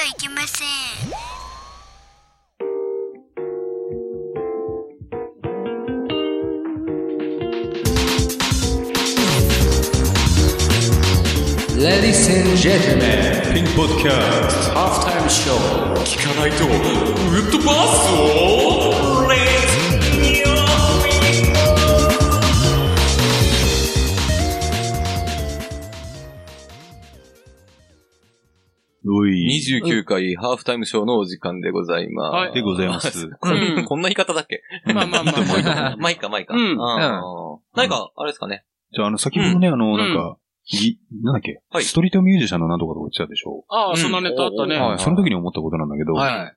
いけません。 Ladies and gentlemen, Pink Podcast Halftime Show 聞かないとぶっ飛ばすぞ。 Let's 29回ハーフタイムショーのお時間でございます。 はい。 でございます。 こんな言い方だっけ？ まあ。 マイカ。なんか、あれですかね。 じゃあ、先ほどね、なんだっけ、 はい、 ストリートミュージシャンのなんとかとか言ってたでしょ。 ああ、そんなネタあったね。 その時に思ったことなんだけど、 はい。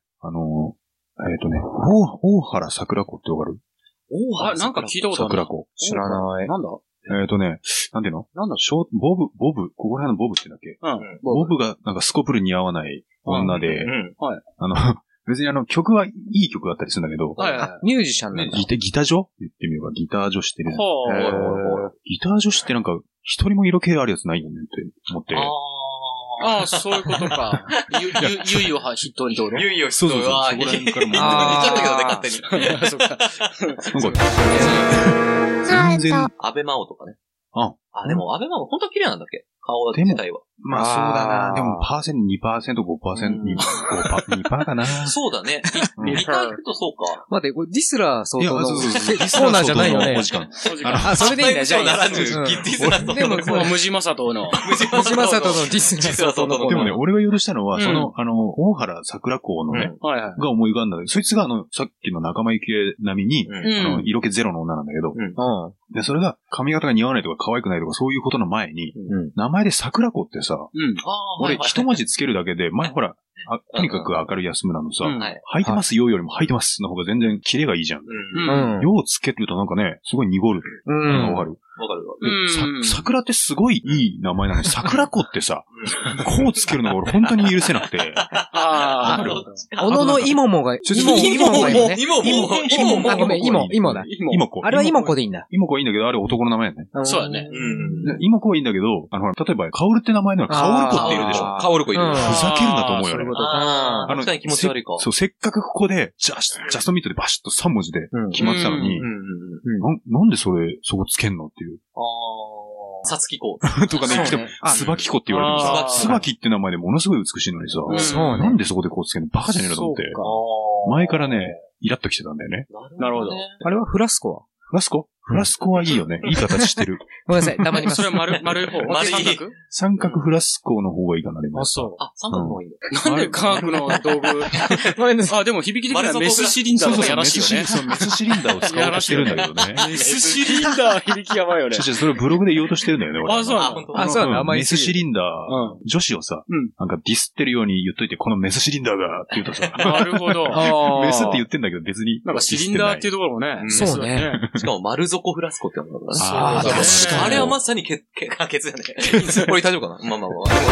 大原桜子ってわかる？ なんか聞いたことある。 桜子。 知らない。 なんだ？ なんていうの？ なんだ？ ボブ、ここら辺のボブって言うんだっけ？ うん。 ボブがなんかスコプルに合わない女で、 はい。 別に曲はいい曲があったりするんだけど、 ミュージシャンなんだ。 ギター女言ってみようか。ギター女してる。 はギター女子ってなんか、一人も色気あるやつないよねって思って。 ああ、そういうことか。ゆいを筆頭にどうろ？ ゆいを筆頭に。 そこら辺からも。 言っちゃったけどね、勝手に。 そっか。 全然。 安倍真央とかね。 あ、 でも安倍真央本当は綺麗なんだっけ？顔自体は。 まあそうだな。でも、2%、5%、2%かな。 そうだね。2回行くとそうか。 待って、これディスラー相当のコそうーナーじゃないよね。 お時間。 あ、それでいいんだ、じゃあ。 ならぬ、ディスラーでも、 ムジマサトの。 ムジマサトのディスラー相当の。 でもね、俺が言おうとしたのは、大原桜子のね、が思い浮かんだけど、そいつがさっきの仲間由紀恵並みに、色気ゼロの女なんだけど、で、それが髪型が似合わないとか可愛くないとかそういうことの前に、名前で桜子ってさ、俺一文字つけるだけで、前ほら、とにかく明るい安村のさ、履いてますよよりも履いてますの方が全然キレがいいじゃん。ようつけるとなんかね、すごい濁る。わかる。桜ってすごいいい名前なのに、桜子ってさ、こうつけるのが俺本当に許せなくて。 おののいももが、いもがいいね。ごめん、いもだ。いもこ。あれはいもこでいいんだ。 いもこはいいんだけど、あれ男の名前やね。 そうだね。 いもこはいいんだけど、例えば、かおるって名前なのかおる子っているでしょ。 かおる子いる。 ふざけるなと思うよね。 確かに気持ち悪いか。 そう、せっかくここで、ジャストミートでバシッと3文字で決まってたのに、なんでそこつけんのっていう。 さつき子。 とかね、すばき子って言われてもさ、すばきって名前でものすごい美しいのにさ、なんでそこでこうつけんのバカじゃねえのと思って。前からね、イラッと来てたんだよね。 なるほど。 あれはフラスコは？ フラスコはいいよね。いい形してる。 ごめんなさい、たまります。 それは丸い方。 三角フラスコの方がいいかな、でも。 そう。 三角の方がいいんだ。 なんで科学の道具。ごめんなさい。でも響き的にはメスシリンダーとかやらしいよね。 そう、メスシリンダーを使おうとしてるんだけどね。 メスシリンダー響きやばいよね。 それブログで言おうとしてるんだよね、俺。 そうなの？ そうなの？ メスシリンダー、女子をさ、なんかディスってるように言っといて、このメスシリンダーが、って言うとさ。 なるほど。 メスって言ってんだけど別に。 なんかシリンダーっていうところもね。 そうね。 しかも丸底フラスコってのあれはまさにケツやね。これ大丈夫かな？まあ。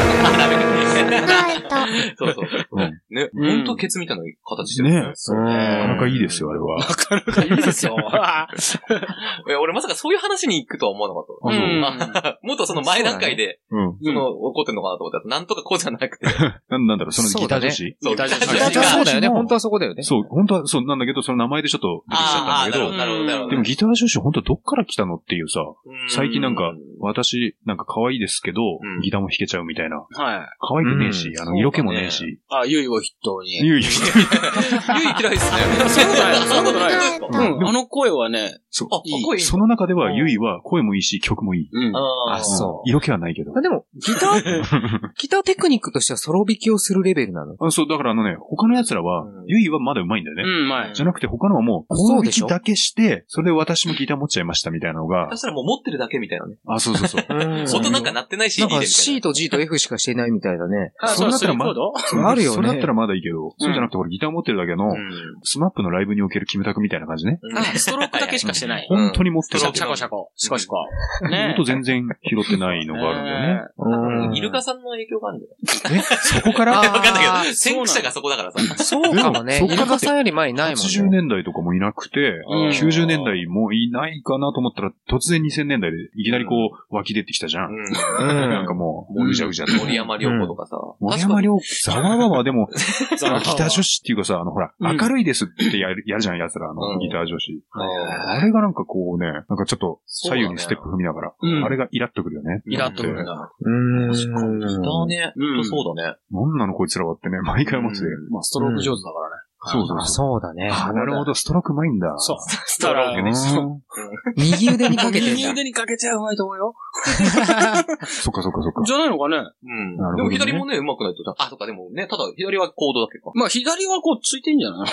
そう。ね、ほんとケツみたいな形してるね。 なかなかいいですよ、あれは。 なかなかいいですよ。 俺まさかそういう話に行くとは思わなかった。もっとその前段階で、怒ってんのかなと思ったら、なんとかこうじゃなくて。 なんだろう、そのギター女子？ そうだよね。本当はそこだよね。 そう、本当はそうなんだけど、その名前でちょっと出てきちゃったんだけど、でもギター女子本当どっから来たのっていうさ、最近なんか、私、なんか可愛いですけど、ギターも弾けちゃうみたいな。可愛くねえし、色気もねえし。 ゆいを筆頭に。 ゆい嫌いですね。 そんなことない。あの声はね、 その中ではゆいは声もいいし、曲もいい。 そう。 色気はないけど。 でも、ギターテクニックとしてはソロ弾きをするレベルなの？ そう、だから他の奴らは、ゆいはまだ上手いんだよね。 うまい。 じゃなくて他のはもう、攻撃だけして、それで私もギター持っちゃいましたみたいなのが。 そしたらもう持ってるだけみたいなね。 そう。 音なんか鳴ってないし、 なんか C と G と F しかしていないみたいだね。 そうなったらあるよね。 それだったらまだいいけど、そうじゃなくて俺ギター持ってるだけの、スマップのライブにおけるキムタクみたいな感じね。 ストロークだけしかしてない。 本当に持ってる。 シャコ。シコ。 ね。ほんと全然拾ってないのがあるんだよね。 ルカさんの影響があるんじゃない？ そこからわかんないけど、先駆者がそこだからさ。 そうかもね。イルカさんより前にないもんね。 80年代とかもいなくて、90年代もいないかなと思ったら、突然2000年代でいきなりこう、湧き出てきたじゃん。なんかもう、うじゃうじゃと。 森山良子とかさ。 森山良子、ざわわはでも、ギター女子っていうかさ、ほら、明るいですってやるじゃん、奴ら、ギター女子。あれがなんかこうね、なんかちょっと左右にステップ踏みながら、あれがイラっとくるよね。 イラっとくるな。確かに。ギターね。そうだね。 なんなのこいつらはってね、毎回思ってて。 まあ、ストローク上手だからね。 そうだね。 なるほど、ストロークうまいんだ。 そう。ストロークでしょ。 右腕にかけてんだ。 右腕にかけちゃうまいと思うよ。 そっか。 じゃないのかね。 でも左もね、うまくないと。とかでもね、ただ左はコードだけか。 まあ左はこうついてんじゃない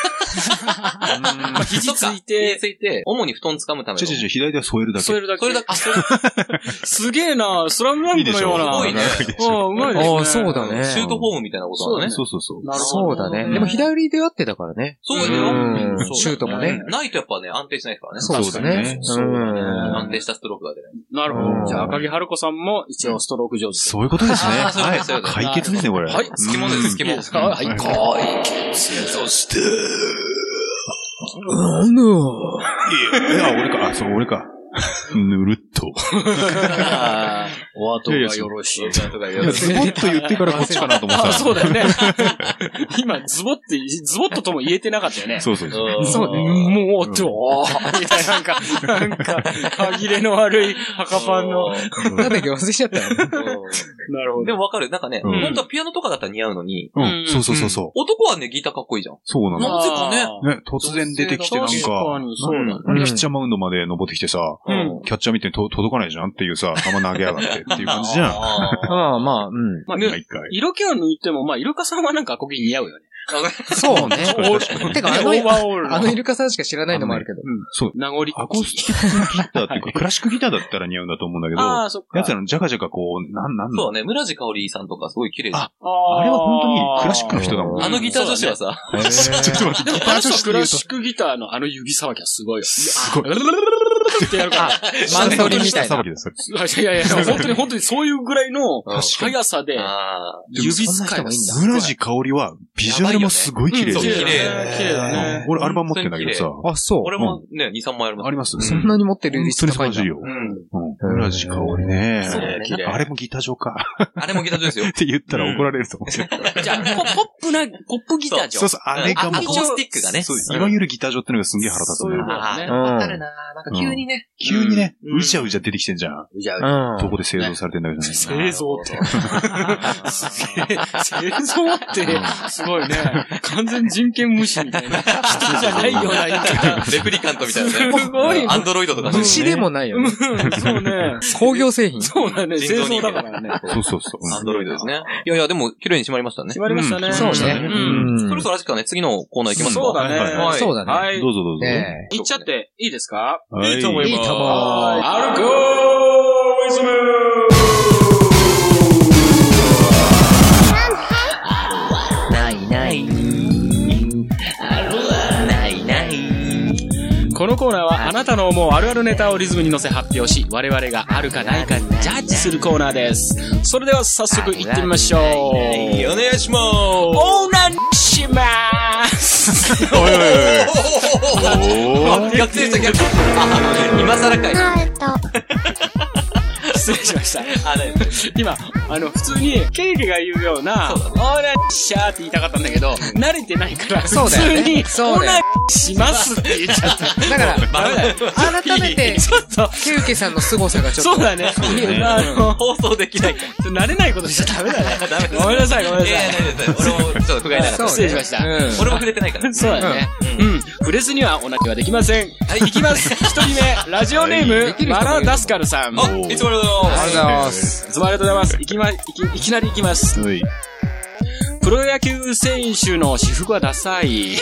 肘ついて、 主に布団掴むための。 左では添えるだけ。 添えるだけ。すげえな、スラムダンクのような。 すごいね。 うまいですね。 そうだね。 シュートフォームみたいなことだね。 そう。 そうだね。でも左でやってたからね。 そうだよ。 シュートもね。 ないとやっぱね、安定しないからね。 そうですね。 安定したストロークが出ない。 なるほど。じゃあ、赤木春子さんも一応ストローク上手。 そういうことですね。はい。解決ですね、これ。 はい。好きもんです、好きもん。 はい、解決。 そして、 俺か。ぬるっと。 お後がよろしい。 ズボッと言ってからこっちかなと思った。 そうだよね。今、ズボッととも言えてなかったよね。 そう。 そうね。もう、みたいな、なんか、歯切れの悪い墓パンの。 なんだっけ忘れちゃったよ。 なるほど。 でもわかる。なんかね、本当はピアノとかだったら似合うのに。 そう。 男はね、ギターかっこいいじゃん。 そうなの。 なぜかね。 突然出てきてなんか、ピッチャーマウンドまで登ってきてさ、キャッチャー見て届かないじゃんっていうさ、球投げやがってっていう感じじゃん。 まあ、 色気を抜いても、まあ、イルカさんはなんかアコギ似合うよね。 そうね。てか、あのイルカさんしか知らないのもあるけど。 そう。 名残。 アコースティックギターっていうか、クラシックギターだったら似合うんだと思うんだけど、やつらのジャカジャカこう、なんそうね、村地香織さんとかすごい綺麗じゃん。 あれは本当にクラシックの人だもん。 あのギター女子はさ。 ちょっと待って、 でも、クラシックギターのあの指さばきはすごいよ。 すごい。 ってやるから。 マンドリンみたいな。 いや、本当にそういうぐらいの速さで、指使いがすごい。 村地香織は、ビジュアルもすごい綺麗綺麗だね。 俺アルバム持ってんだけどさ。 あ、そう。 俺もね、2、3枚あります。 そんなに持ってる率高いんだ。 村地香織ね。あれもギター上か。 あれもギター上ですよ。 って言ったら怒られると思う。 じゃあ、ポップギター上。 そう、あれがもう。 アコースティックがね。 いわゆるギター上ってのがすんげえ腹立つんだよ。 わかるな。なんか急にね。 うじゃうじゃ出てきてんじゃん。どこで製造されてんだけどね。 製造って。製造って、すごいね。完全人権無視みたいな。人じゃないような言い方。 レプリカントみたいなね。 すごい。 アンドロイドとかね。 虫でもないよね。 そうね。 工業製品。 そうだね。製造だからね。 そう。 アンドロイドですね。いや、でも、綺麗に締まりましたね。 締まりましたね。 そうね。 そろそろあれかね、次のコーナー行きますか。 そうだね。 そうだね。 はい。 どうぞ。 行っちゃっていいですか？ いいと思います。 いいとも。 アルゴリズム。このコーナーはあなたの思うあるあるネタをリズムに乗せ発表し、我々があるかないかジャッジするコーナーです。それでは早速行ってみましょう。 お願いします。 お願いします。 学生と逆。今更かい。 失礼しました。今、普通に、ケイケが言うような、オーナーシャーって言いたかったんだけど、慣れてないから、普通に、オーナーしますって言っちゃった。 だから、改めて、ケウケさんの凄さがちょっと。 そうだね。 放送できない。 慣れないことしちゃダメだね。ごめんなさい。 俺もちょっと不甲斐なかった。 失礼しました。 俺も触れてないから。 そうだね。触れずにはおなきはできません。はい、いきます。一人目、ラジオネーム、マラダスカルさん。 いつもありがとうございます。 ありがとうございます。 いつもありがとうございます。いきなりいきます。プロ野球選手の私服はダサい。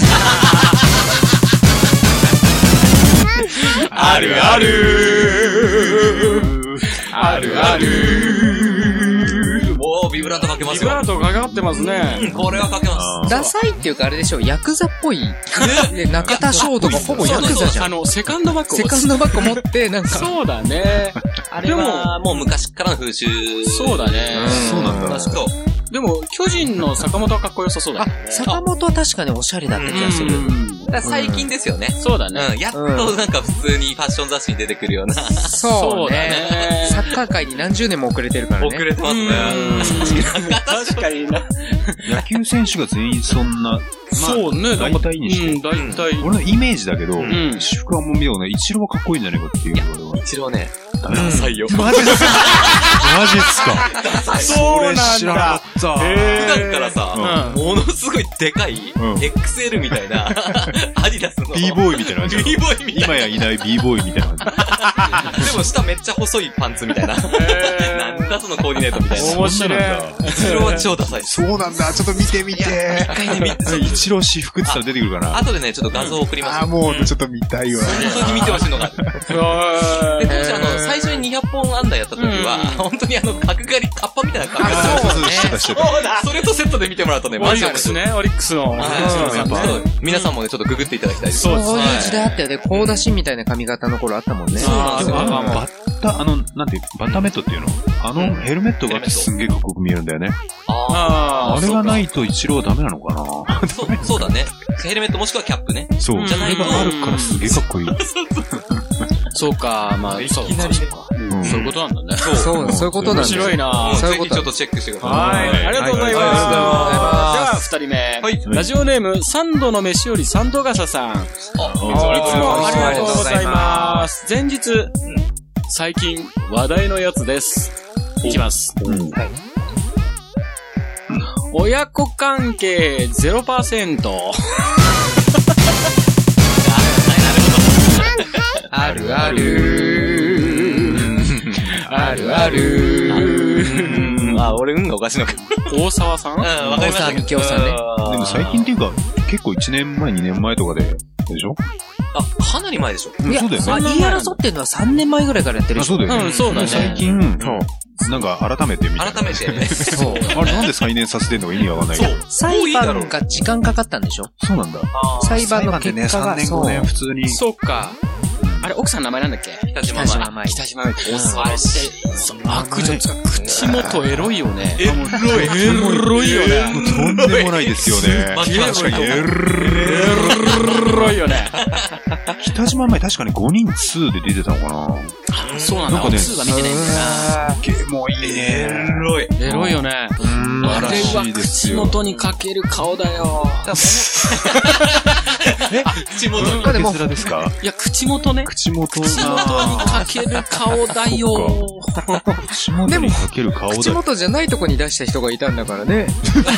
あるある。あるある。 もうビブラートかけまますよ。 ビブラートかかってますね。 これはかけます。 ダサいっていうかあれでしょ、ヤクザっぽい。中田翔とかほぼヤクザじゃん。 セカンドバッグ持って、なんか。 そうだね。 あれはもう昔からの風習。 そうだね。 そうなんだ。 確か。 でも、巨人の坂本はかっこよさそうだね。 坂本は確かにおしゃれだった気がする。 最近ですよね。 そうだね。 やっとなんか普通にファッション雑誌に出てくるような。 そうだね。サッカー界に何十年も遅れてるからね。 遅れてますね。 確かにな。 野球選手が全員そんな、 そうね。 大体にして。 大体。 俺のイメージだけど、私服はもう見ようね、イチローはかっこいいんじゃないかっていう。 イチローね、ダサいよ。 マジっすかマジっすかそうなんだ。 知らなかった。 普段からさ、ものすごいでかい XL みたいなアディダスの B ボーイみたいな感じ。 B ボーイみたいな。 今やいない B ボーイみたいな感じ。でも下めっちゃ細いパンツみたいな。なんだそのコーディネートみたいな。 面白い。 イチローは超ダサい。 そうなんだ。ちょっと見てみて。 一回ね、 イチロー私服って言ったら出てくるかな。 後でね、ちょっと画像送ります。 もうちょっと見たいわ。 本当に見てほしいのが。で、当時最初に200本安打やった時は、本当に角刈り、カッパみたいな感じ。そうだ。それとセットで見てもらうとね、マジで。 オリックスの。 皆さんもね、ちょっとググっていただきたいです。 そういう時代あったよね。コーダシンみたいな髪型の頃あったもんね。 そうなんですよ。 なんて、バッタメットっていうのヘルメットがすんげえかっこよく見えるんだよね。 あれがないと一郎ダメなのかなそうだね。ヘルメットもしくはキャップね。 そう。じゃないとあるからすげえかっこいい。 そうか、まあ、いきなりね。そういうことなんだね。 そういうことなんだ。 面白いな。 ぜひちょっとチェックしてください。 はい。ありがとうございます。じゃあ、二人目。ラジオネーム、三度の飯より三度笠さん。いつもありがとうございます。前日、最近話題のやつです。いきます。親子関係 0%。 あるある。あるある。 俺がおかしいのか。 大沢さん？ わかりました。 大沢みきおさんね。 でも最近っていうか、結構1年前、2年前とかでしょ？ かなり前でしょ。 いや、言い争ってるのは3年前ぐらいからやってるでしょ。 そうだよね。 そうだね。 最近、なんか改めてみたいな。 改めてね。 そう。 あれなんで再燃させてんのか意味わかんないけど。 裁判が時間かかったんでしょ？ そうなんだ。 裁判の結果が。 3年後ね、普通に。 そっか。あれ、奥さんの名前なんだっけ？ 北島舞。 あれって、悪女つか、口元エロいよね。エロいよね。 とんでもないですよね。 確かにエロいよね。 北島舞確かに5人2で出てたのかな？ そうなんだ。 なんかね、 2は見てないんだよな。 ゲもいいね。 エロいよね。あれは口元にかける顔だよ。 口元にかける顔ですか？ いや、口元ね。 口元にかける顔だよ。 口元にかける顔だよ。 口元じゃないとこに出した人がいたんだからね。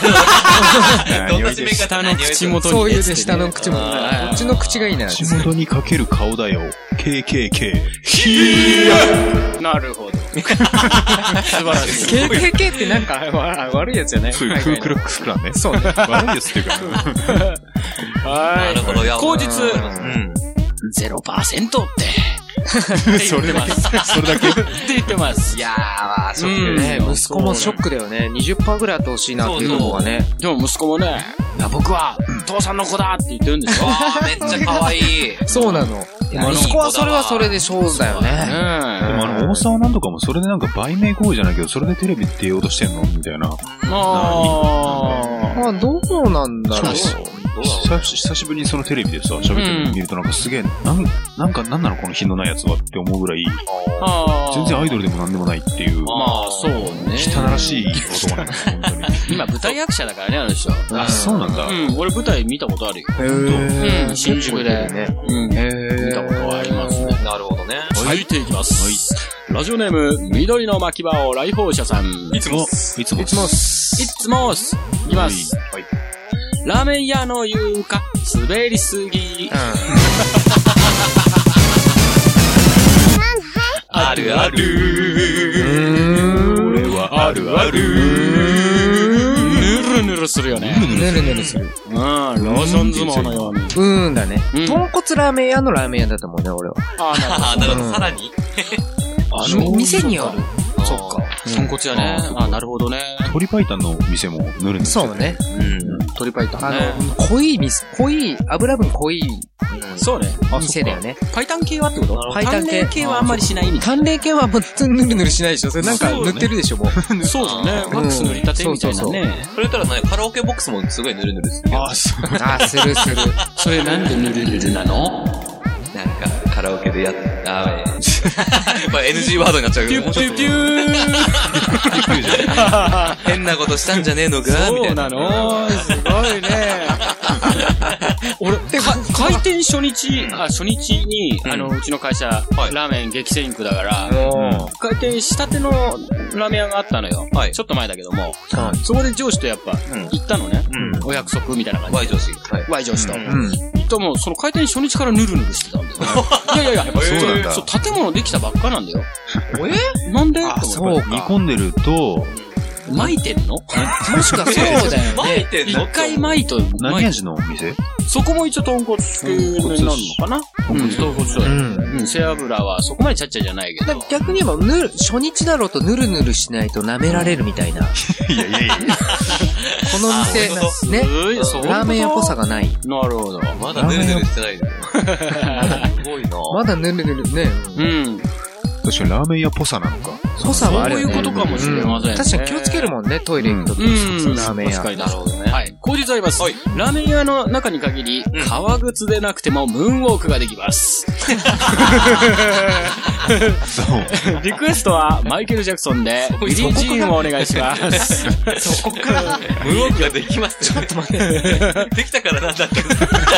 下の口元に。 そういうね、下の口元。こっちの口がいいな。 口元にかける顔だよ。KKK。 なるほど。素晴らしい。 KKK ってなんか悪いやつじゃない？ そういうクークラックスクランね。 そうね。 悪いやつっていうか。 はい。 なるほど。 口実。0% って。 それだけそれだけって言ってます。 いやー、ショックね。息子もショックだよね。20% ぐらいあってほしいなっていうのがね。 でも息子もね、僕は父さんの子だって言ってるんですよ。 めっちゃ可愛い。 そうなの。息子はそれはそれでそうだよね。 でも大沢なんとかもそれでなんか売名行為じゃないけど、それでテレビ出ようとしてんのみたいな。 どうなんだろう。 久しぶりにそのテレビでさ、喋ってるの見るとなんかすげえ、なんなのこの品のないやつはって思うぐらい、全然アイドルでもなんでもないっていう。 まあ、そうね。 汚らしい男なんです、本当に。 今舞台役者だからね、あの人。 あ、そうなんだ。 俺舞台見たことあるよ。新宿で。見たことはありますね。 なるほどね。 続いていきます。ラジオネーム、緑の巻き場を来訪者さん。 いつも。 いきます。ラーメン屋の床、滑りすぎ。 あるある。 これはあるある。 ぬるぬるするよね。 ぬるぬるする。 ローション相撲のように。 だね。豚骨ラーメン屋のラーメン屋だと思うね、俺は。 なるほど。さらに店にある。 そっか。 豚骨やね。なるほどね。 鶏白湯の店も塗るんですよ。 そうね。 鶏白湯ね。 濃い、油分濃い。 そうね。 店だよね。 白湯系はってこと？ 白湯系はあんまりしないみたいな。 淡麗系はもうぬるぬるしないでしょ。それなんか塗ってるでしょ、もう。 そうだね。ワックス塗りたてみたいなね。 それたらね、カラオケボックスもすごいぬるぬるする。 する。 それなんでぬるぬるなの？ なんか、カラオケでまあ NG ワードになっちゃうけど。ピューピュー変なことしたんじゃねえのかみたいな。 そうなの？すごいね。俺、開店初日に、うちの会社、ラーメン激戦区だから、開店したてのラーメン屋があったのよ。ちょっと前だけども、そこで上司とやっぱ、行ったのね。お約束みたいな感じ。Y 上司と。ともその開店初日からヌルヌルしてたんだよね。いや、そう建物できたばっかなんだよ。なんで？ そうか。煮込んでると、 巻いてんの？もしかそうだよね。巻いてんの？一回巻いと。 何味のお店？ そこも一応豚骨系になるのかな？豚骨だ。背脂はそこまでちゃっちゃじゃないけど。 逆に言えば、初日だろうとヌルヌルしないと舐められるみたいな。 いや。 この店、ね。ラーメン屋っぽさがない。 なるほど。 まだヌルヌルしてないすごいな。 まだヌルヌルね。 確かにラーメン屋っぽさなのか。 ぽさはあるよね。 そういうことかもしれません。 確かに気をつけるもんね、トイレ行くとき。ラーメン屋。 確かになるほどね。はい。口実あります。ラーメン屋の中に限り、革靴でなくてもムーンウォークができます。 そう。 リクエストはマイケル・ジャクソンでビリー・ジーンをお願いします。 そこからムーンウォークができます。ちょっと待って。できたからなんだって。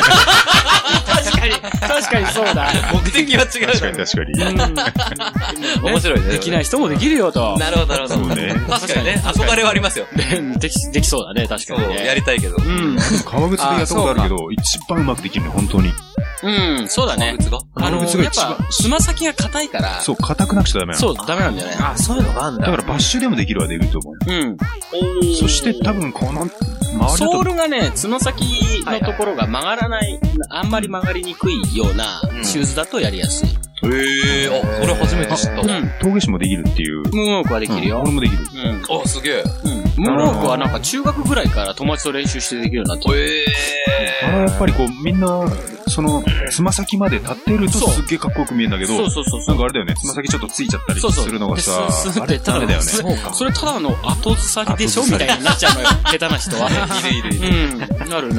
確かにそうだ。 目的は違う。 確かに。 面白いね。 できない人もできるよと。 なるほど。確かにね。憧れはありますよ。 できそうだね、確かにね。 やりたいけど。 革靴でやったことあるけど、一番うまくできるね、本当に。 そうだね。革靴がやっぱ、つま先が硬いから。 そう、硬くなくちゃダメなの。 そう、ダメなんだよね。 そういうのがあるんだ。 だからバッシュでもできるはできると思うよ。そして多分この、 ソールがね、つま先のところが曲がらない、あんまり曲がりにくいようなシューズだとやりやすい。 これ初めて知った。 峠師もできるっていう。 ムーンウォークはできるよ。 俺もできる。 すげえ。 ムーンウォークはなんか中学ぐらいから友達と練習してできるようになって。 あれやっぱりこうみんな、その、つま先まで立ってるとすっげえかっこよく見えるんだけど、なんかあれだよね、つま先ちょっとついちゃったりするのがさ、あれダメだよね。 それただの後ずさりでしょみたいになっちゃうのよ、下手な人は。 いる。 なる。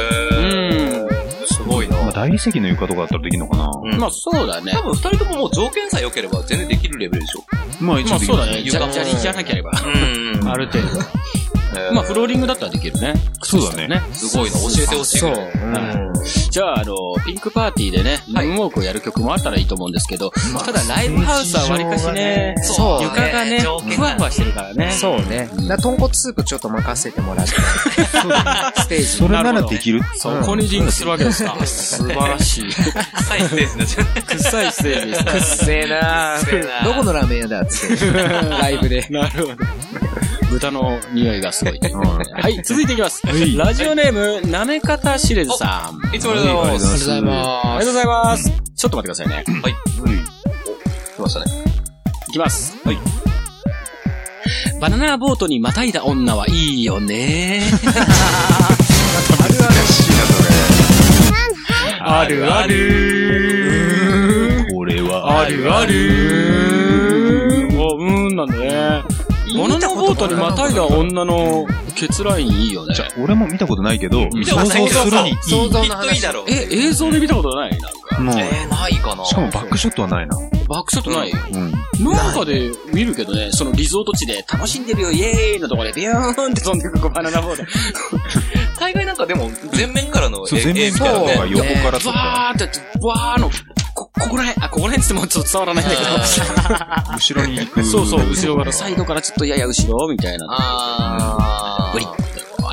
すごいな。 大理石の床とかだったらできるのかな。 まあそうだね。 多分二人とももう条件さえ良ければ全然できるレベルでしょ。 まあそうだね。砂利じゃなければ。ある程度。まあフローリングだったらできるね。 そうだね。 すごいな。教えてほしい。 じゃあピンクパーティーでね、ムーンウォークをやる曲もあったらいいと思うんですけど、ただライブハウスはわりかしね、床がね、ふわふわしてるからね。 そうね。豚骨スープちょっと任せてもらって。ステージ。 それならできる？ そこにリンクするわけですか。素晴らしい。 臭いステージになっちゃう。 臭いステージです。 くっせーなー。どこのラーメン屋だっつって。ライブで。 なるほど。豚の匂いがすごい。はい、続いていきます。ラジオネーム、なめかたしれずさん。 いつもありがとうございます。 ありがとうございます。 ありがとうございます。ちょっと待ってくださいね。 はい。来ましたね。 いきます。はい。バナナボートにまたいだ女はいいよね。 あるあるしいな、それ。 あるある。 これはあるある。なんだね。バナナボートにまたいだ女のケツラインいいよね。 俺も見たことないけど、 見たことないけど、 想像するにいい。 想像の話いいだろう。 映像で見たことないなんか。 もうないかな。 しかもバックショットはないな。 バックショットないなんかで見るけどね、そのリゾート地で楽しんでるよ、イエーイのところでビューンって飛んでくバナナボート。 大概なんかでも、前面からの絵みたいなね。横からとか。 バーって、バーの、ここら辺ってもちょっと伝わらないんだけど。 後ろに行く。 そう、後ろから、サイドからちょっとやや後ろみたいな。 ブリッ。 ああ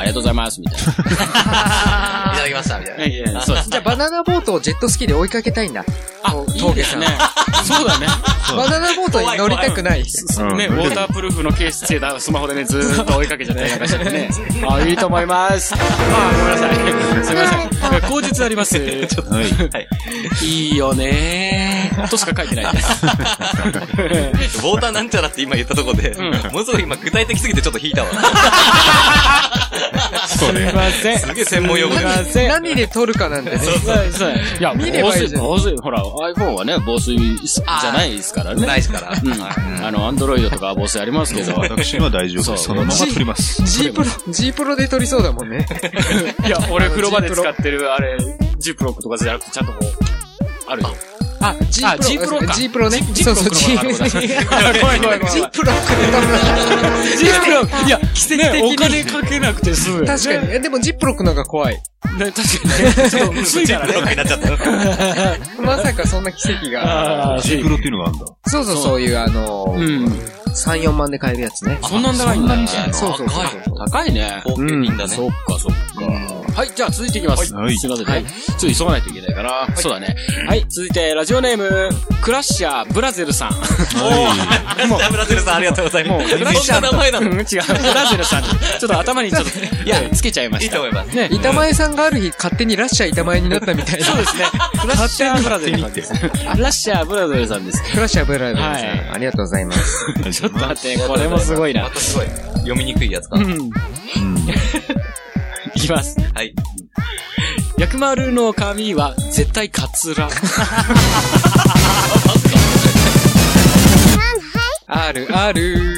りがとうございます、みたいな。 いただきました、みたいな。 そうです。じゃあバナナボートをジェットスキーで追いかけたいんだ。 いいですね。そうだね。 バナナボートに乗りたくない。 ね、ウォータープルーフのケースつけたスマホでね、ずーっと追いかけちゃったりなんかしてね。いいと思います。ごめんなさい。すみません。口実あります。いいよねー。としか書いてないです。 ウォーターなんちゃらって今言ったところで、ものすごい今具体的すぎてちょっと引いたわ。 すみません。 すげえ専門用語。 何で撮るかなんてね。 そう。いや、見ればいいじゃん。ほら、iPhone はね、防水じゃないですからね。 ないですから。 Android とかは防水ありますけど。 私は大丈夫です。そのまま撮ります。 G プロで撮りそうだもんね。 いや、俺風呂場で使ってる、あれ、G プロックとかじゃなくて、ちゃんとこう、あるよ。 G プロか。G プロね。 そうそう、G プロ。G プロックで撮る。G プロック。いや、奇跡的に。お金かけなくて済む。 確かに。でも G プロックの方が怖い。 確かにね。ちょっと薄いからね。 G プロックになっちゃった。 まさかそんな奇跡が。 G プロっていうのがあるんだ。 そういう3、4万で買えるやつね。 そんなん高いんだね。 そう。 高いね。 高級品だね。 そっか。はい、じゃあ続いていきます。すいませんね。ちょっと急がないといけないかな。そうだね。はい、続いてラジオネーム、クラッシャーブラゼルさん。 クラッシャーブラゼルさんありがとうございます。 クラッシャー名前なの？ 違う、ブラゼルさん。ちょっと頭にちょっと、つけちゃいました。 いいと思います。 ね、板前さんがある日勝手にラッシャー板前になったみたいな。 そうですね。クラッシャーブラゼルさんです。ラッシャーブラゼルさんです。 クラッシャーブラゼルさん。ありがとうございます。 ちょっと待って、これもすごいな。 またすごい。読みにくいやつかな。 いきます。 はい。 薬丸の髪は絶対カツラ。 ある。あ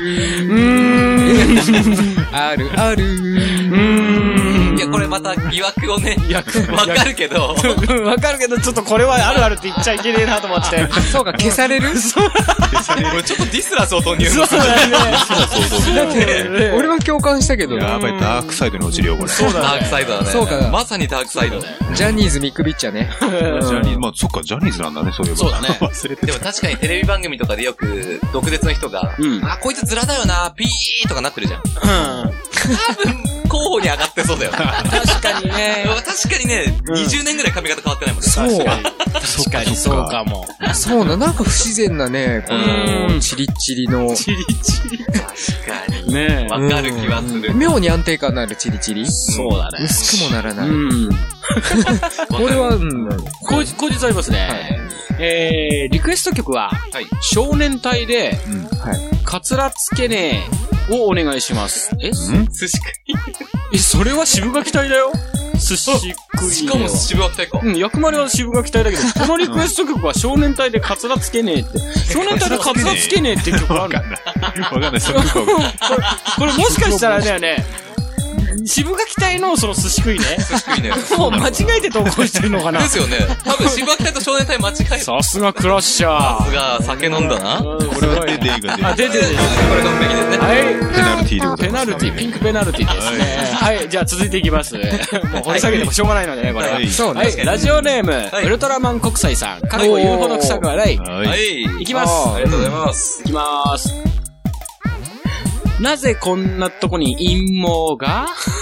る。 いや、これまた疑惑をね、わかるけど、 ちょっとこれはあるあるって言っちゃいけねえなと思って。 そうか、消される？ これちょっとディスラスを投入する。 そうだね。俺は共感したけど。 やばい、ダークサイドに落ちるよ、これ。 そうだね。ダークサイドだね。 そうか。 まさにダークサイド。 ジャニーズ見くびっちゃね。 まあ、そっか、ジャニーズなんだね、そういえば。 そうだね。 忘れてた。 でも確かにテレビ番組とかでよく、毒舌の人が、こいつズラだよな、ピーとかなってるじゃん。多分、候補に上がってそうだよ。 確かにね。 確かにね、20年ぐらい髪型変わってないもんね。 そう。 確かにそうかも。 そうな、なんか不自然なね、この、チリッチリの。 チリチリ。確かに。ねわかる気はする。 妙に安定感のあるチリチリ。 そうだね。 薄くもならない。これは、 口実ありますね。リクエスト曲は、少年隊で、カツラつけねえをお願いします。 寿司食い。 それは渋垣隊だよ。寿司食い。 しかも渋垣隊か。 役割は渋垣隊だけど、このリクエスト曲は少年隊でカツラつけねえって。少年隊でカツラつけねえって曲ある。 わかんない、その曲これもしかしたらだよね、渋垣隊のその寿司食いね。 寿司食いね。 もう間違えて投稿してるのかな。 ですよね。多分渋垣隊と少年隊間違えて。 さすがクラッシャー。 さすが酒飲んだな。 これは出ていいか出てる。 これ完璧ですね。 はい。 ペナルティーでございます。 ペナルティー、ピンクペナルティーですね。はい。じゃあ続いていきます。もう掘り下げてもしょうがないのでね、これは。 そうね。 はい。ラジオネーム、ウルトラマン国際さん。かなり言うほど臭くはない。 はい。 いきます。 ありがとうございます。 いきまーす。なぜこんなとこに陰謀が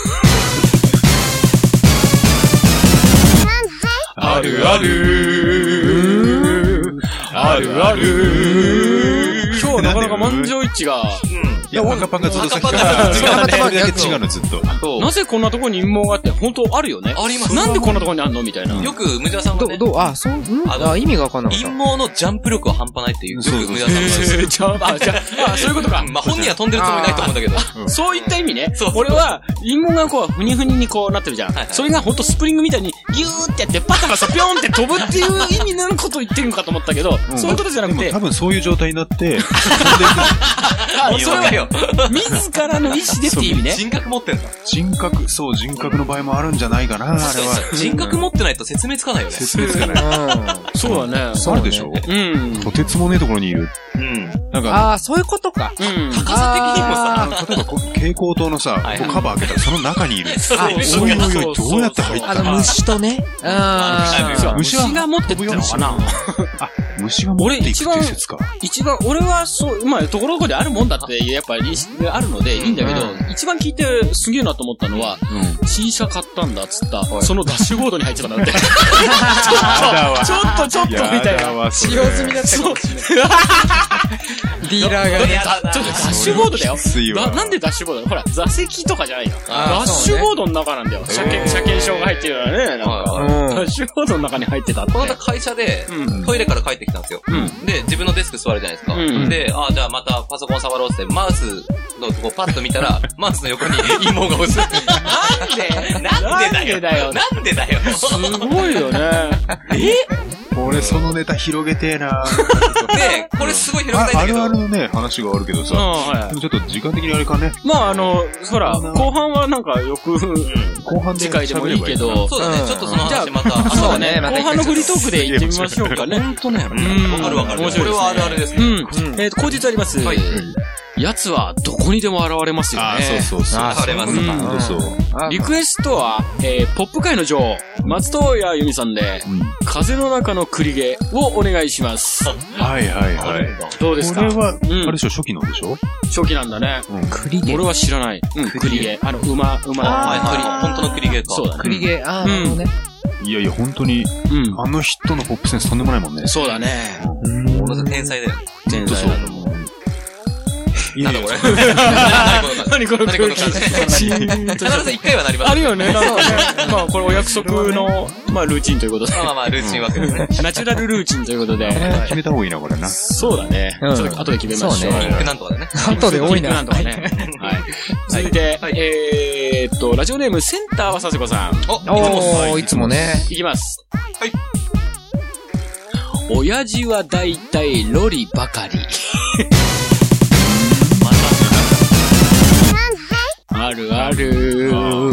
あるあるあるある今日なかなか満場一致がいや、赤パンがずっとさっきからだけ違うのずっと。 なぜこんなとこに陰謀があって本当あるよね。 あります。 なんでこんなとこにあんのみたいな。 よく無駄さんはね。 意味がわかんなかった。 陰謀のジャンプ力は半端ないっていう。よく無駄さんは。 そういうことか。 まあ本人は飛んでるつもりないと思うんだけど。 そういった意味ね。俺は陰謀がこう、ふにふににこうなってるじゃん。それがほんとスプリングみたいにギューってやってパタがさ、ピョンって飛ぶっていう意味のことを言ってるのかと思ったけど、そういうことじゃなくて。 多分そういう状態になって、 それはよ。 自らの意思でっていう意味ね。 人格持ってんだ。 人格の場合もあるんじゃないかな、あれは。 人格持ってないと説明つかないよね。 説明つかない。 そうだね。 あるでしょ？とてつもねえところにいる。 なんか、そういうことか。 高さ的にもさ、 例えば蛍光灯のさ、カバー開けたらその中にいる。おいおいおい、どうやって入ったの？ 虫とね。 虫が持ってったのかな？ 虫が持っていくっていう説か。 俺はそう、まあ、ところどころであるもんだって、やっぱりあるのでいいんだけど、一番聞いてすげえなと思ったのは、新車買ったんだっつった、そのダッシュボードに入ってたなんて。ちょっとみたいな。 使用済みだったかもしれない。ディーラーがね。 ちょっとダッシュボードだよ。なんでダッシュボードだよ。ほら、座席とかじゃないよ。ダッシュボードの中なんだよ。車検証が入ってるからね、なんか。ダッシュボードの中に入ってたって。 この間会社で、トイレから帰ってきたんですよ。で、自分のデスク座るじゃないですか。で、じゃあまたパソコン触ろうって、マウスのとこパッと見たら、マウスの横に芋が映って。なんでだよ。なんでだよ。 すごいよね。 俺そのネタ広げてえなで、これすごい広げたいんだけど。 あるあるのね、話があるけどさ。でもちょっと時間的にあれかね。 まあほら、後半はなんかよく、後半次回でもいいけど。 そうだね、ちょっとその話また。 そうだね、後半のフリートークで行ってみましょうかね。 ほんとね。わかる。これはあるあるですね。 口実あります。奴はどこにでも現れますよね。 そう。 現れます。 リクエストは、ポップ界の女王、松任谷由実さんで、風の中の栗毛をお願いします。 はい。 どうですか？ これは、あれでしょ、初期のでしょ？ 初期なんだね。栗毛。俺は知らない。栗毛。馬。 本当の栗毛か。 そうだね。 栗毛、なるほどね。 いや、本当に、あの人のポップセンスとんでもないもんね。 そうだね。 天才だよ。 天才だと思う。 なんだこれ何この空気。 必ず一回はなります。 あるよね。まあこれお約束の、まあルーチンということで。 まあルーチンわけですね。 ナチュラルルーチンということで。 決めた方がいいな、これな。 そうだね。ちょっと後で決めましょう。 ピンクなんとかでね。 後で多いな。 なんとかね。はい。続いて、ラジオネームセンターはさせこさん。 いつもね。 いきます。 はい。 親父はだいたいロリばかり。あるある。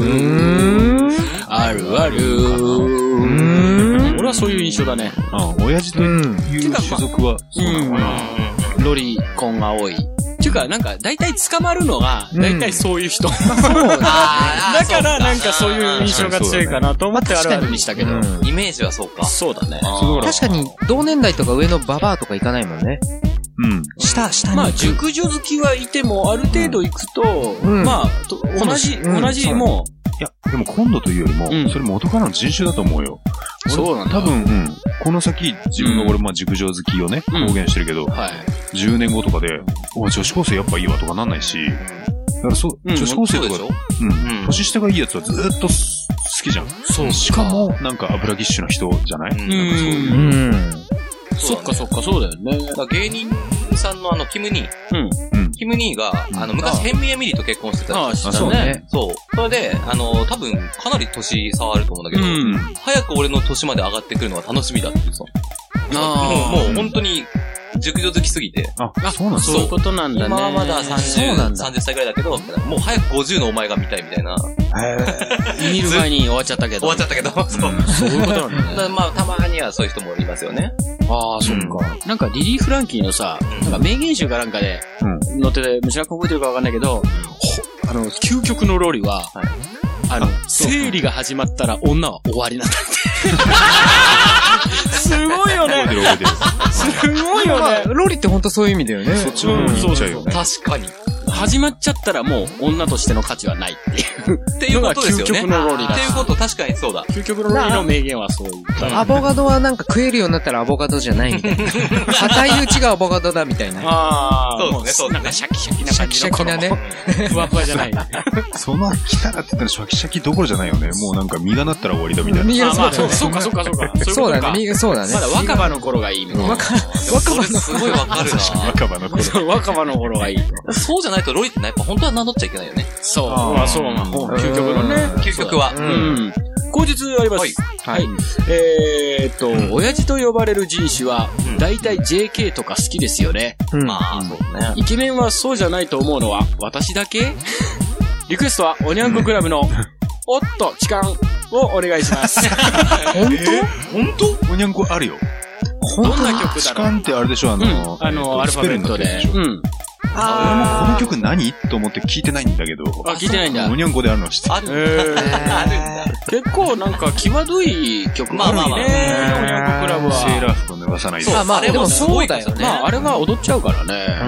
俺はそういう印象だね。 親父という種族は、そうなのかな。 ロリコンが多い。っていうか、なんか、大体捕まるのが、大体そういう人。だからなんかそういう印象が強いかなと思ってあるあるにしたけど。 イメージはそうか。 そうだね。 確かに、同年代とか上のババアとか行かないもんね。下に。 まあ、熟女好きはいても、ある程度行くと、まあ、同じ、もう。 いや、でも今度というよりも、それ元からの人種だと思うよ。 そうなんだ。 多分、この先、自分が俺、まあ、熟女好きをね、公言してるけど、10年後とかで、女子高生やっぱいいわとかなんないし、だから女子高生とか、年下がいいやつはずーっと好きじゃん。そう。しかも、なんか油ぎっしゅな人じゃない？なんかそういう。 そっか、そうだよね。 芸人さんのキムニー。キムニーが、昔ヘンミエミリと結婚してた。 そうね。 そう。それで、多分、かなり年差あると思うんだけど、早く俺の年まで上がってくるのが楽しみだって言ってた。もう本当に、熟女好きすぎて。 そうなんだ。 そういうことなんだね。 今はまだ30歳ぐらいだけど、もう早く50のお前が見たいみたいな。 見る前に終わっちゃったけど。 そういうことなんだね。まあ、たまにはそういう人もいますよね。 ああ、そっか。なんかリリー・フランキーのさ、なんか名言集かなんかで載ってて、虫が覚えてるかわかんないけど、究極のロリは、生理が始まったら女は終わりなんだって。すごいよね。すごいよね。 ロリってほんとそういう意味だよね。 そっちの方に行っちゃうよね。 確かに。 始まっちゃったらもう女としての価値はないっていうことですよね。 究極のロリだ。 っていうこと、確かにそうだ。 究極のロリの名言はそういう。 アボカドはなんか食えるようになったらアボカドじゃないみたいな。硬いうちがアボカドだみたいな。 ああ、 そうですね、 なんかシャキシャキな感じの。 シャキシャキなね。 ふわふわじゃない。 その来たらって言ったらシャキシャキどころじゃないよね。もうなんか実がなったら終わりだみたいな。 そうか。 そうだね。そうだね。 まだ若葉の頃がいいみたいな。 若葉のすごいわかるな。 若葉の頃。 若葉の頃がいい。 そうじゃないとロリってやっぱ本当は名乗っちゃいけないよね。 そう。究極のね。 究極は。 口実あります。はい。親父と呼ばれる人種は、だいたい JK とか好きですよね。 まあ、そうね。 イケメンはそうじゃないと思うのは、私だけ？リクエストは、おにゃんこクラブの、おっと、痴漢をお願いします。 本当？おにゃんこあるよ。 どんな曲だろう？ 痴漢ってあれでしょ、アルファベットで。俺もこの曲何と思って聞いてないんだけど。 聞いてないんだ。 おにゃんこであるの知ってる。 あるんだ。 結構なんか際どい曲が多いね。おにゃんこクラブは。 セーラー服を脱がさないで。 まあでもそうだよね。 まああれは踊っちゃうからね。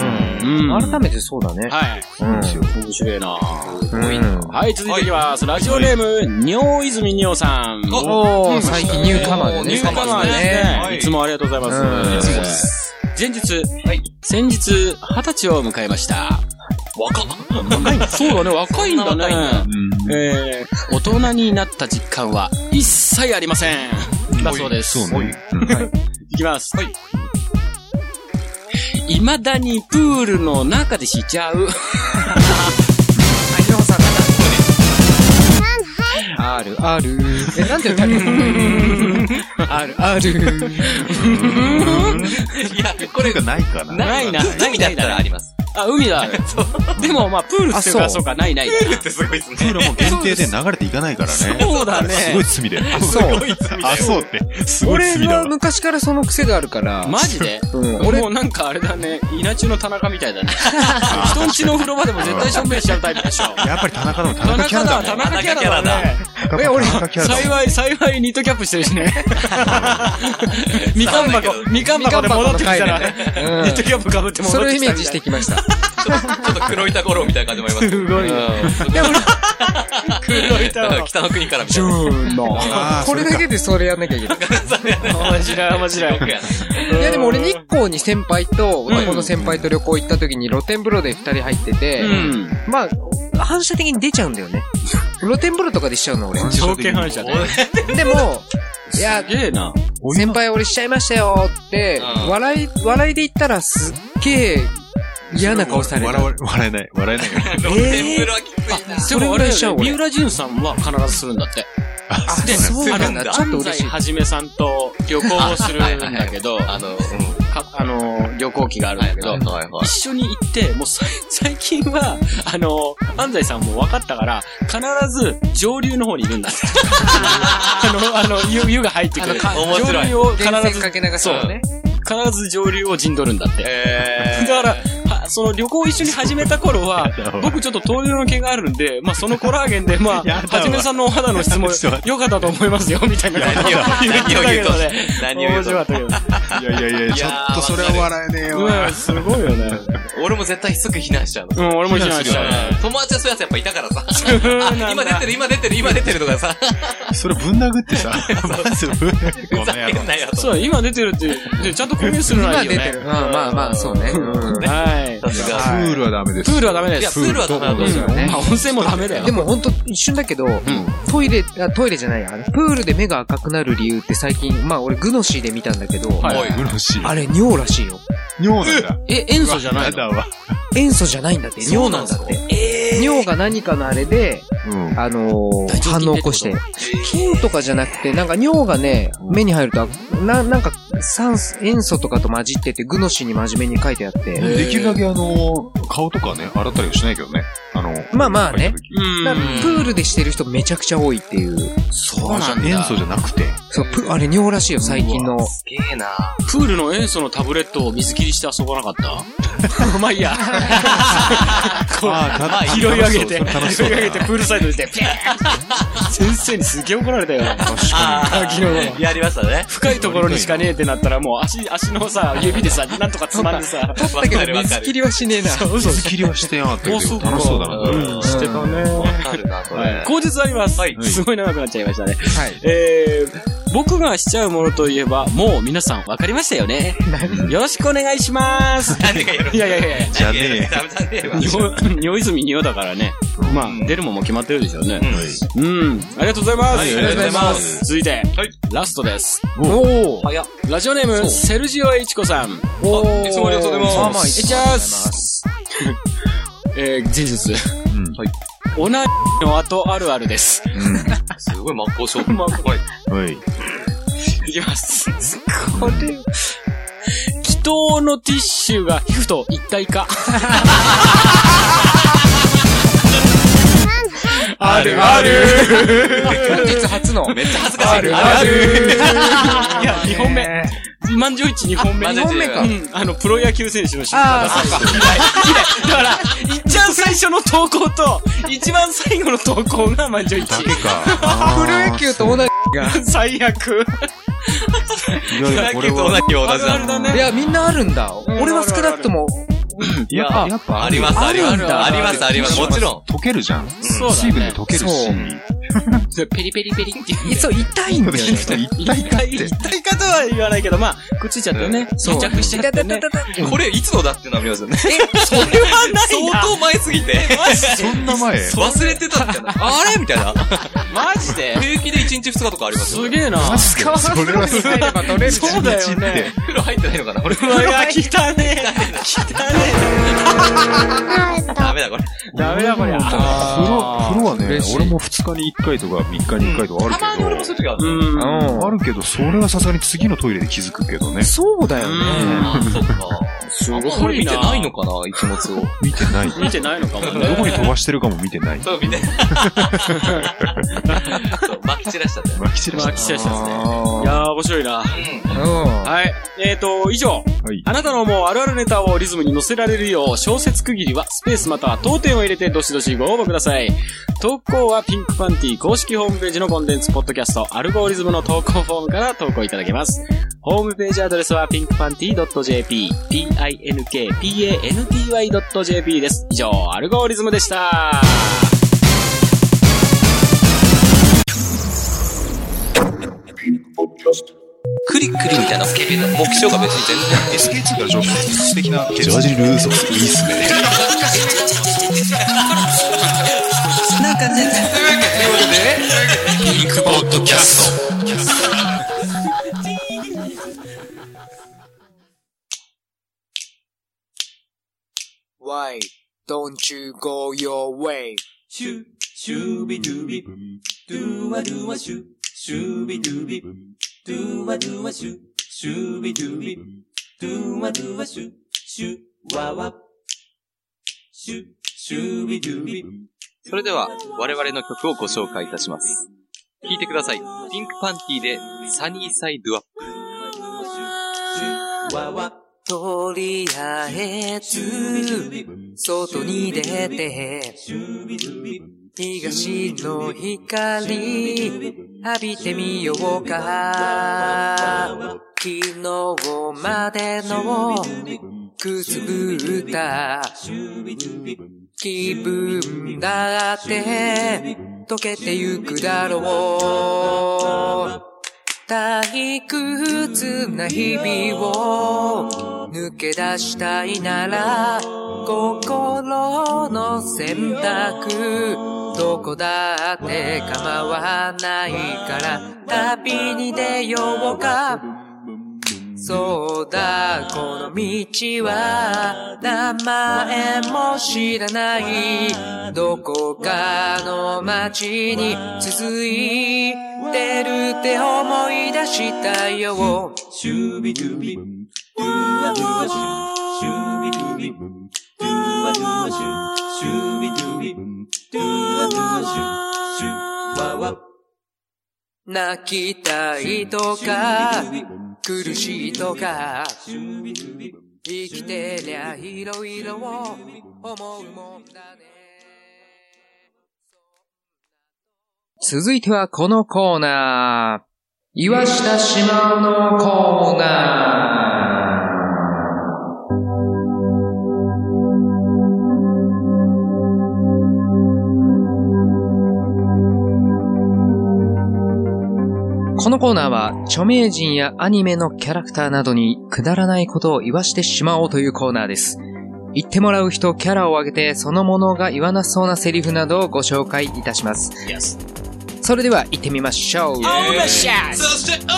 改めてそうだね。 はい。面白いな。はい、続いていきます。ラジオネーム、にょういずみにょうさん。 最近ニューカマーでね。 ニューカマーですね。いつもありがとうございます。先日、20歳を迎えました。若い。そうだね、若いんだね。大人になった実感は一切ありません。だそうです。いきます。未だにプールの中でしちゃう。 あるある。なんて言ったの？あるある。 いや、これがないかな。 ないな。 海だったらあります。 あ、海だ。でも、まあ、プールっていうか、そうか、ない。プールってすごいですね。 プールも限定で流れていかないからね。 そうだね。 すごい罪だよ。 そう。 あ、そうって。すごい罪だわ。 俺は昔からその癖があるから。 マジで？俺もうなんかあれだね、稲中の田中みたいだね。人んちの風呂場でも絶対しょんべんしちゃうタイプでしょ。 やっぱり田中の田中キャラだ。 田中キャラだね。俺、幸いニットキャップしてるしね。みかん箱で戻ってきたら、ニットキャップ被って戻ってきた。 それをイメージしてきました。 ちょっと黒板五郎みたいな感じもあります。 すごい。でも、黒板は北の国からみたいな。 これだけでそれやんなきゃいけない。 面白い。 いやでも俺日光に先輩と、男の先輩と旅行行った時に露天風呂で2人入ってて、まあ、反射的に出ちゃうんだよね。露天風呂とかでしちゃうの俺。 条件反射で。 でも、いや、 すげえな。 先輩俺しちゃいましたよって、笑いで言ったらすっげえ、嫌な顔される。 笑えない。 露天風呂はきついな。 それ俺、三浦淳さんは必ずするんだって。 で、そうなんだ。ちょっと嬉しい。 はじめさんと旅行をするんだけど、旅行機があるんだけど、一緒に行って、もう最近は、安西さんも分かったから、必ず上流の方にいるんだって。湯が入ってくる。上流を必ずかけ流すのね。 必ず上流を陣取るんだって。だから、その旅行を一緒に始めた頃は、僕ちょっと糖尿の毛があるんで、まあそのコラーゲンで、まあ、はじめさんのお肌の質も良かったと思いますよ、みたいな感じを言ってたけどね。面白かったけど。 いや、ちょっとそれは笑えねえよ。 すごいよね。 俺も絶対すぐ避難しちゃうの。 俺も避難しちゃう。 友達はそういうやつやっぱいたからさ。今出てるとかさ。 それぶん殴ってさ。まずぶん殴って。 ふざけんなよと。 そう、今出てるって、ちゃんと公言するのはいいよね。 今出てる。まあ、そうね。 はい。 プールはダメです。 プールはダメです。 いや、プールはダメなんですよね。まあ、温泉もダメだよ。 でもほんと一瞬だけど、トイレじゃないや。プールで目が赤くなる理由って最近、まあ俺グノシーで見たんだけど、 グノシー。 あれ尿らしいよ。 尿なんだ。 塩素じゃないの？ 塩素じゃないんだって。尿なんだって。尿が何かのあれで、反応起こして。菌とかじゃなくて、なんか尿がね、目に入ると、なんか塩素とかと混じってて、グノシーに真面目に書いてあって。 できるだけ顔とかね、洗ったりはしないけどね。 まあね。プールでしてる人めちゃくちゃ多いっていう。 そうなんだ。 塩素じゃなくて。 そう、あれ尿らしいよ、最近の。 すげえな。 プールの塩素のタブレットを水切りして遊ばなかったまあいいや。拾い上げて、プールサイドで、ピャー先生にすげえ怒られたよ。確かに。昨日やりましたね。 深いところにしかねえってなったら、もう足のさ、指でさ、なんとかつまんでさ、 取ったけど水切りはしねえな。 水切りはしてやがったけど、楽しそうだな。 してたね。 わかるな、それ。 口実あります。すごい長くなっちゃいましたね。僕がしちゃうものといえば、もう皆さんわかりましたよね。よろしくお願いします。いや。 じゃねえ。 匂いずみ匂だからね。まあ、出るもんも決まってるでしょうね。ありがとうございます。 ありがとうございます。 続いて、ラストです。 早っ。 ラジオネーム、セルジオ・エイチコさん。 いつもありがとうございます。 いっちゃーす。前述。オナの後あるあるです。 すごい真っ向勝負。 はい。 いきます。これ、気筒のティッシュが皮膚と一体化。あるある。 本日初の。 めっちゃ恥ずかしい。 あるある。いや、2本目。満場一致2本目。 2本目か。 プロ野球選手のシーンだから、一番最初の投稿と、一番最後の投稿が満場一致。 プロ野球と同じが。 最悪。 プロ野球と同じ同じだね。 いや、みんなあるんだ。俺は少なくとも、 いや、やっぱあります、あります、あります、あります、もちろん。 溶けるじゃん。 そうだね。 水分で溶けるし。 ペリペリペリっていう。 そう、痛いんだよね。 痛い方は言わないけど、まあ、くっついちゃってね。装着しちゃってね。 これ、いつのだっていうのありますよね。 それはないな。 相当前すぎて。 そんな前忘れてたみたいな。あれみたいな。 マジで平気で1日2日とかありますよ。 すげえな。 それはすれば取れる。 そうだよね。 風呂入ってないのかな俺。 うわ、汚ねえ。 ダメだ、これ。 ダメだ、これ。 風呂はね、俺も2日に1回とか3日に1回とかあるけど。 たまに俺もそういう時ある。 あるけど、それはさすがに次のトイレで気づくけどね。 そうだよね。 そっか。すごい。これ見てないのかな一物を。 見てない。 見てないのかもね。 どこに飛ばしてるかも見てない。 そう、見てない。巻き散らしたんだよ。 巻き散らした。 巻き散らしたですね。いやー、面白いな。はい。以上。あなたの思うあるあるネタをリズムに乗せられるよう、小説区切りはスペースまたは当点を入れてどしどしご応募ください。投稿はピンクパンティ公式ホームページのコンテンツポッドキャストアルゴリズムの投稿フォームから投稿いただけます。ホームページアドレスは pinkpanty.jp pinkpanty.jp です。以上、アルゴリズムでした。 クリクリみたいなスケベな目標が別に全然 SK2 が素敵なジャージルーソースいいっすね。 なんかね、というわけでピンクポッドキャスト。 Why don't you go your way? シュシュビドゥビドゥワドゥワシュシュビドゥビドゥワドゥワシュシュビドゥビドゥワドゥワシュシュワワシュシュビドゥビ。 それでは我々の曲をご紹介いたします。聴いてください。ピンクパンティでサニーサイドアップ。 とりあえず外に出て東の光浴びてみようか。昨日までのくすぶった気分だって溶けてゆくだろう。退屈な日々を抜け出したいなら心の選択どこだって構わないから旅に出ようか。そうだこの道は名前も知らないどこかの街に続いてるって思い出したよ。シュビドゥビドゥワドゥワシュシュビドゥビドゥワドゥワシュシュビドゥビドゥワドゥワシュシュワワ。泣きたいとか苦しいとか生きてりゃいろいろ思うもんだね。続いてはこのコーナー、岩下しまうのコーナー。このコーナーは著名人やアニメのキャラクターなどにくだらないことを言わしてしまおうというコーナーです。言ってもらう人キャラを挙げてそのものが言わなそうなセリフなどをご紹介いたします。 Yes. それでは行ってみましょう。 そしてな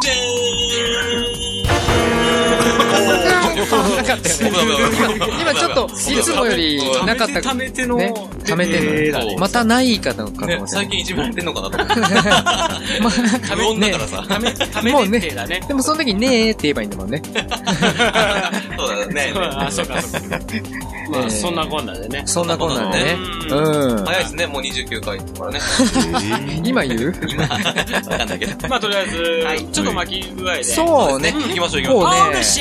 かったよね。今ちょっといつもよりなかった。 溜めての。 ね。溜めての。またないかとかも最近一番やってんのかなと思って。 溜め女だからさ。 もうね。 でもその時ねーって言えばいいんだもんね。 そうだね。 あ、そうかそうか。まあそんなこんなでね。 そんなこんなでね。 うん。早いですね。もう29回からね。 今言う？ 今。わかんないけど。 まあとりあえず、ちょっと巻き具合で。 そうね。 行きましょう行きましょう。 こうね。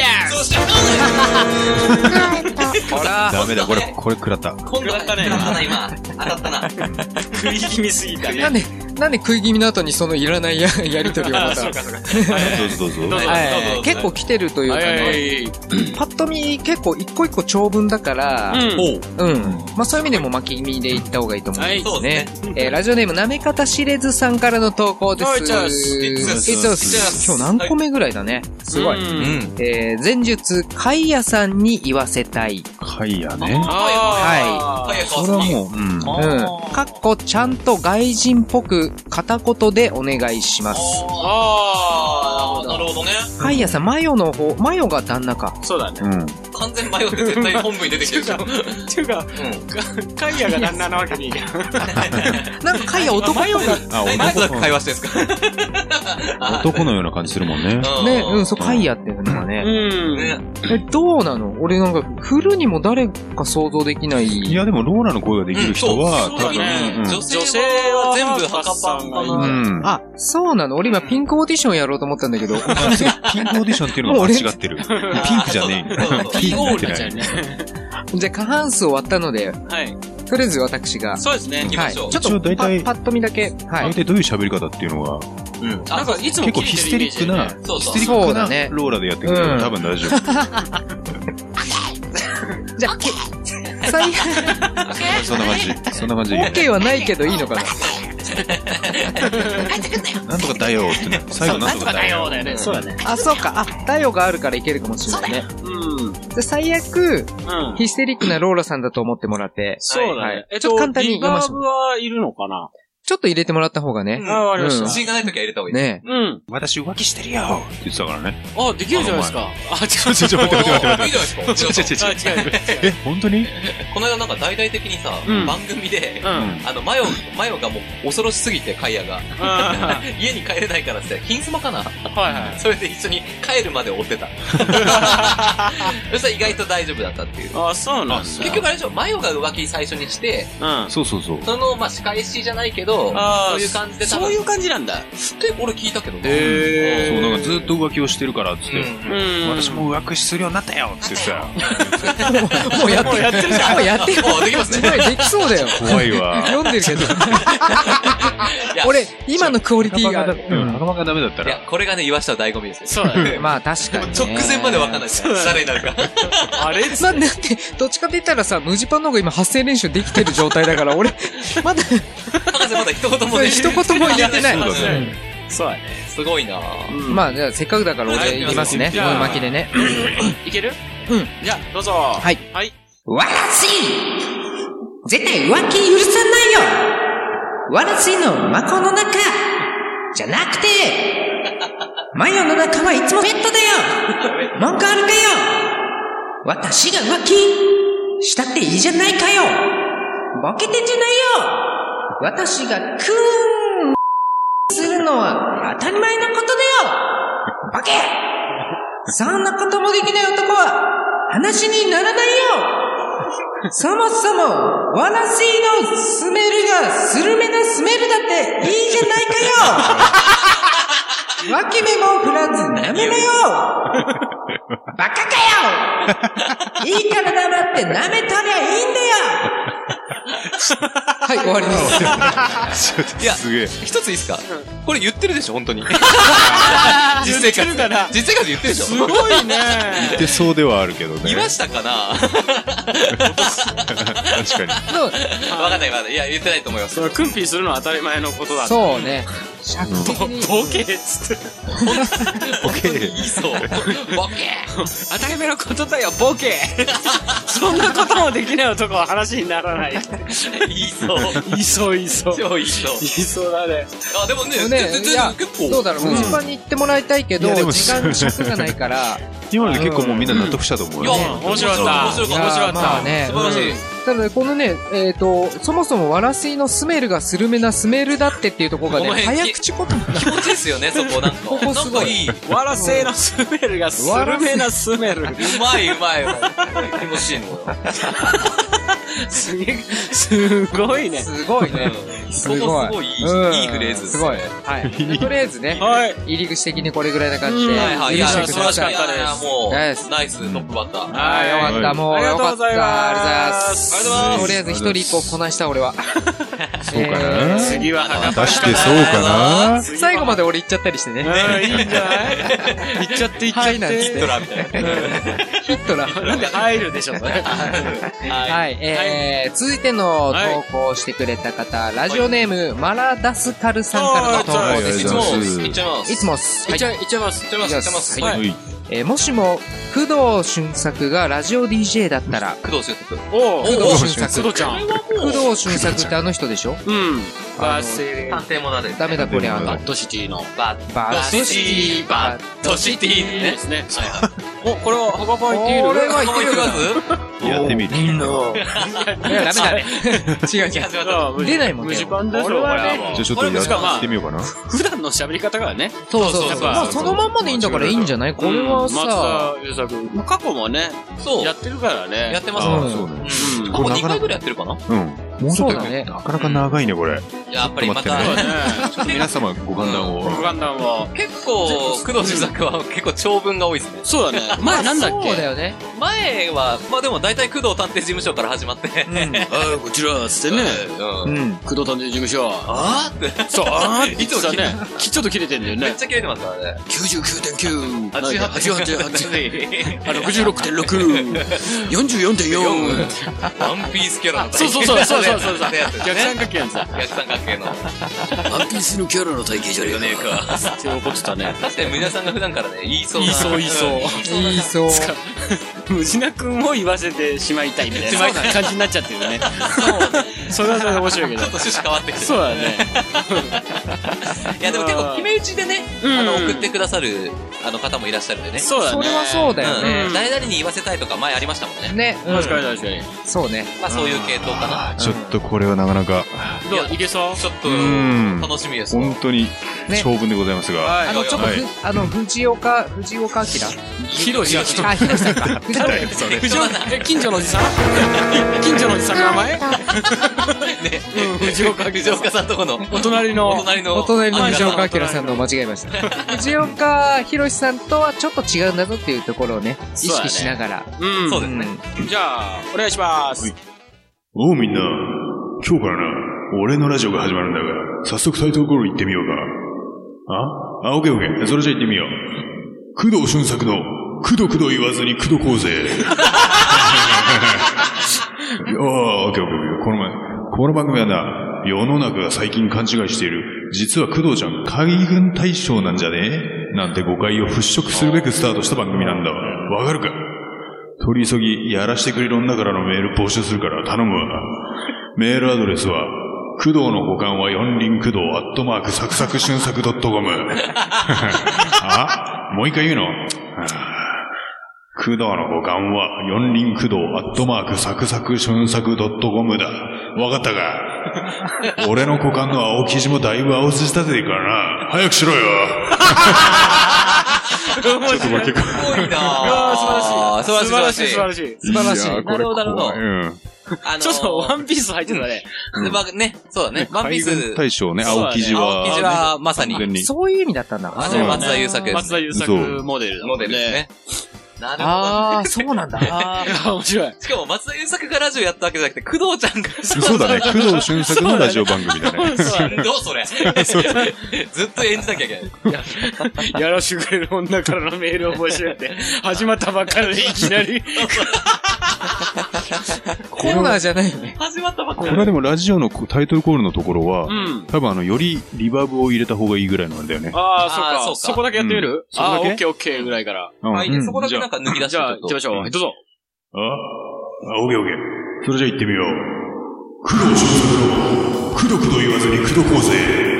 ほら。 ダメだ、これ食らった。 今度は当たったな、今。当たったな。 食い気味すぎたね。 なんで食い気味の後にそのいらないやりとりをまた。 どうぞどうぞ。 結構来てるというかね。パッと見結構一個一個長文だから、まあそういう意味でも巻き気味で行った方がいいと思うんですね。ラジオネームなめかたしれずさんからの投稿です。今日何個目ぐらいだね。すごい。前述、カイヤさんに言わせたい。 カイヤね。 はい。 それはもう、かっこちゃんと外人っぽく片言でお願いします。 なるほどね。 カイヤさん、マヨが旦那か。 そうだね。 完全マヨって絶対本部に出てきてるじゃん。 っていうか、カイヤが旦那なわけにいい。 なんかカイヤ男っぽく。 何と会話してるんですか？男のような感じするもんね。 ね、そう、カイヤっていうのがね。どうなの？俺なんか、振るにも誰か想像できない。 いや、でもローラの声ができる人は、多分、 女性は全部墓パンかな。 あ、そうなの？俺今ピンクオーディションやろうと思ったんだけど。 ピンクオーディションっていうのが間違ってる。ピンクじゃねえ。ピンクってない。 じゃあ過半数終わったので、とりあえず私が。 そうですね、行きましょう。 ちょっとパッと見だけ。 大体どういう喋り方っていうのが、 なんかいつも結構ヒステリックな、ローラでやってくれる多分大丈夫。 じゃあ、最悪。 そんな感じ。 OK はないけどいいのかな。 なんとかだよってね。最後なんとかだよ。 だよね。そうだね。 あ、そうか。だよがあるからいけるかもしれないね。で最悪、ヒステリックなローラさんだと思ってもらって。 そうだね。 ちょっと簡単に言いましょう。 リバーブはいるのかな？ ちょっと入れてもらった方がね。 わかりました。 自信がないときは入れた方がいい。 ね私浮気してるよって言ってたからね。 あ、できるじゃないですか。 違う。いいじゃないですか。 違う。本当に？ この間なんか大々的にさ、番組で、マヨがもう恐ろしすぎて、カイヤが。家に帰れないからって、金スマかな？それで一緒に帰るまで追ってた。そしたら意外と大丈夫だったっていう。 あ、そうなんです結局あれでしょ、マヨが浮気最初にして、 そう。その、まあ、仕返しじゃないけど、そういう感じでそういう感じなんだ。 って俺聞いたけどね。 そう、なんかずっと浮気をしてるからって、私も浮気するようになったよって言ってた。 もうやってるじゃん。もうやってる。 できますね。 できそうだよ。 怖いわ。 読んでるけど。俺、今のクオリティが。 袴がダメだったら。 いや、これがね、言わしたら醍醐味ですよ。 そうだね。 まあ確かに。 直前までわかんないですよ。誰になるか。 あれだって、どっちかって言ったらさ、ムジパンの方が今発声練習できてる状態だから、俺、まだ、 博士まだ一言もね。 一言も入れてない。 そうだね。 すごいなまあ、じゃあせっかくだから俺言いますね。巻きでね。 いける？じゃあ、どうぞ。 はい。 わらし絶対浮気許さないよわらしの箱の中じゃなくてマヨの中はいつもベッドだよ文句あるかよ私が浮気したっていいじゃないかよボケてんじゃないよ私がクーンするのは当たり前のことだよボケそんなこともできない男は話にならないよそもそも、わらしのスメルがスルメのスメルだっていいじゃないかよ脇目も振らず舐めろよバカかよいいから黙って舐めとりゃいいんだよはい、終わりです。 いや、一ついいっすかこれ言ってるでしょ、本当に。実生活で言ってるでしょ。 すごいね。 言ってそうではあるけどね。 言いましたかな確かに。 わかんない。いや、言ってないと思います。 それクンピーするのは当たり前のことだ。 そうね。 ボケっつって。 ボケ言いそう。ボケ当たり前のことだよ、ボケそんなこともできない男は話にならない。 言いそう。 言いそう。 超言いそう。 言いそうだね。 あ、でもね、全然結構。 どうだろう、ムジパンに行ってもらいたいけど、時間尺がないから。 今まで結構もうみんな納得したと思うよ。 面白かった。 面白かった。 まあね。 素晴らしい。 ただね、このね、そもそもわらしのスメルがスルメなスメルだってっていうところがね、早口言葉気持ちいいですよね、そこなんか。 ここすごい。 わらせのスメルがスルメなスメル。 うまい。気持ちいいのよ。 すごいね。 すごいね。 すごいいいフレーズ。 すごい。はい。とりあえずね、入り口的にこれぐらいな感じで。 はい。いや、素晴らしかったです。 もう、ナイス、トップバッター。 はい、よかった。もう、よかった。ありがとうございます。 ありがとうございます。 とりあえず一人一個こなした俺は。 そうかな。 次は果たしてそうかな。 最後まで俺言っちゃったりしてね。 いいんじゃない言っちゃって言っちゃって。 ヒットラーみたいな。ヒットラー。 なんで入るでしょうね。 はい。続いての投稿してくれた方、ラジオネーム、マラダスカルさんからの投稿です。 いっちゃいます。 いつもす。 いっちゃいます。 はい。もしも、工藤俊作がラジオ DJ だったら、 工藤俊作。 工藤俊作。 工藤ちゃん。 工藤俊作ってあの人でしょ？ うん。 探偵もだで。 ダメだこれバッドシティの。 バッドシティですね。お、これは、ハガバイティール。 これは言ってるやってみる。 いや、ダメだね。違う。出ないもんね。 無時間ですよ、これは。 じゃあちょっとやってみようかな。 普段の喋り方がね。 そう。まあ、そのまんまでいいんだからいいんじゃない？これはさ、 松田優作。過去もね、やってるからね。 やってますもん。 そうね。 ここ2回ぐらいやってるかな？ うん。もうちょっとね。なかなか長いね、これ。 やっぱりまた。 ちょっと皆様ご勘談を。 結構、工藤俊作は結構長文が多いですね。 そうだね。前なんだっけ？ そうだよね。 前は、まあでも大体工藤探偵事務所から始まって。 こちら、つってね。工藤探偵事務所。 って。 そう、いつもだね。ちょっと切れてんだよね。 めっちゃ切れてますからね。 99.9。88.8。66.6。44.4。 ワンピースキャラのそう。逆三角形なんですよ。 逆三角形の。 ワンピースのキャラの体型じゃねえか。って怒ってたね。 確かにムジナさんが普段からね、言いそう。 ムジナ君を言わせてしまいたいみたいな感じになっちゃってるね。それはそれで面白いけど。 ちょっと趣旨変わってきてる。 そうだね。 いやでも結構決め打ちでね、送ってくださる方もいらっしゃるんでね。 そうだね。 それはそうだよね。 誰々に言わせたいとか前ありましたもんね。 ね。 確かに。 そうね。 まあそういう系統かな。 ちょっとこれはなかなか。 どういけそう？ ちょっと楽しみです。 本当に長文でございますが。 ちょっと藤岡明？ ひろしさんか。近所のおじさん？近所のおじさんの名前？ね。藤岡さんとこの。 お隣の藤岡明さんの間違えました。藤岡弘さんとはちょっと違うんだぞっていうところをね、意識しながら。 そうですね。 じゃあ、お願いします。 おうみんな、今日からな、俺のラジオが始まるんだが、早速タイトルコール行ってみようか。オッケー。それじゃ行ってみよう。工藤俊作の、くど言わずにくどこうぜ。オッケー。この番組はな、世の中が最近勘違いしている、実は工藤ちゃん海軍大将なんじゃねなんて誤解を払拭するべくスタートした番組なんだわ。わかるか？取り急ぎやらしてくれる女からのメール募集するから頼むわ。メールアドレスは、工藤の保管は四輪工藤サクサク瞬作 .com もう一回言うの？工藤の保管は四輪工藤サクサク瞬作 .com だ。わかったか？俺の股間の青生地もだいぶ青筋立ててるからな。早くしろよ。ちょっと待って。 すごいなぁ。素晴らしい。 なるほど。ちょっとワンピース入ってたね。 そうだね。ワンピース。 海軍大将ね、青生地は。 青生地はまさに。 そういう意味だったんだ。 松田優作です。 松田優作モデルだもんね。 なるほど。 そうなんだ。 面白い。 しかも松田優作がラジオやったわけじゃなくて、工藤ちゃんが。 そうだね。工藤俊作のラジオ番組だね。 どうそれ。ずっと演じなきゃいけない。 やらしてくれる女からのメールを募集って、始まったばっかりでいきなり。 コーナーじゃないよね。 始まったばっかり。 これはでもラジオのタイトルコールのところは、多分よりリバーブを入れた方がいいぐらいなんだよね。 そうか。そこだけやってみる？オッケーぐらいから。 そこだけなんか抜き出して。 じゃあ、行きましょう。どうぞ。 オッケー。それじゃあ行ってみよう。工藤俊作の、くど言わずにくどこうぜ。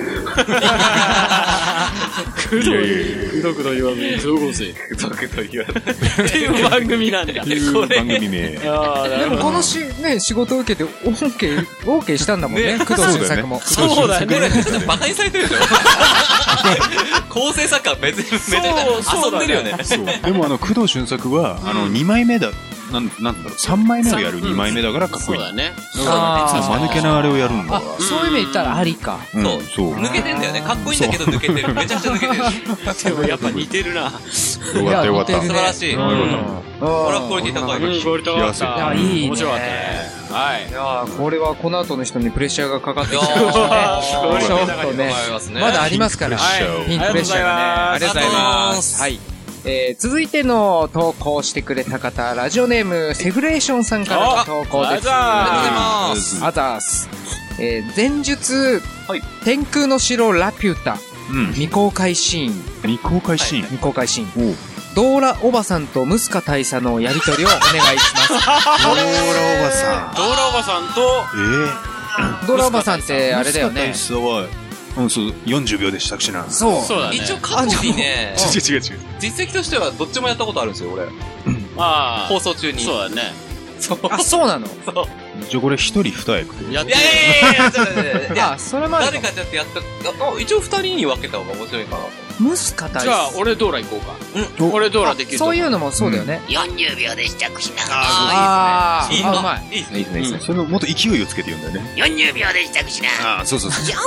くど言わずにくどこうぜ。 くど言わずに。っていう番組なんだ。 っていう番組名。 でもこの仕事を受けて OK したんだもんね。工藤俊作も。 そうだよね。 これ、バカにされてるでしょ構成作家めちゃくちゃ遊んでるよね。 でも工藤俊作は、2枚目だ。なんだろう、3枚目をやる2枚目だからかっこいい。 そうだね。 間抜けなあれをやるんだ。 そういう意味で言ったらありか。 そう。抜けてんだよね。かっこいいんだけど抜けてる。めちゃくちゃ抜けてる。 でもやっぱ似てるな。 よかったよかった。 素晴らしい。これはクオリティ高い。 クオリティ高かった。 いい。 面白かったね。 はい。 いやー、これはこの後の人にプレッシャーがかかってきちゃう。ちょっとね、まだありますから。ピンクプレッシャーがね。ありがとうございます。はい。続いての投稿してくれた方、ラジオネーム、セフレーションさんからの投稿です。 ありがとうございます。 あざーす。前述、天空の城ラピュタ、未公開シーン。 未公開シーン未公開シーン。ドーラおばさんとムスカ大佐のやりとりをお願いします。 ドーラおばさん。 ドーラおばさんと、 ドーラおばさんってあれだよね。 ムスカ大佐は、そう、40秒でしたくしな。 そう。 そうだね。 一応過去にね、 違う。 実績としてはどっちもやったことあるんですよ、俺。放送中に。 そうだね。 あ、そうなの？ そう。 じゃあこれ一人二役で。 いや、 それまで。 誰かちゃってやった、一応二人に分けた方が面白いかな。 ムスカ大佐。 じゃあ、俺ドーラ行こうか。俺ドーラできる。 そういうのもそうだよね。 40秒で試着しな。 ああ、うまい。 いいですね。 それもっと勢いをつけて言うんだよね。 40秒で試着しな。 ああ、そう。そうだそう。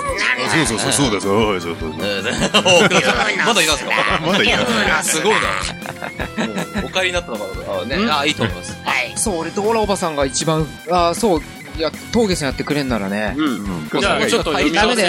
まだいますか？ まだいます。 すごいな。お帰りになったのかな。あ、いいと思います。 はい。 そう、俺ドーラおばさんが一番、そう、いや、峠さんやってくれんならね。 じゃあ、ちょっと読み直せ。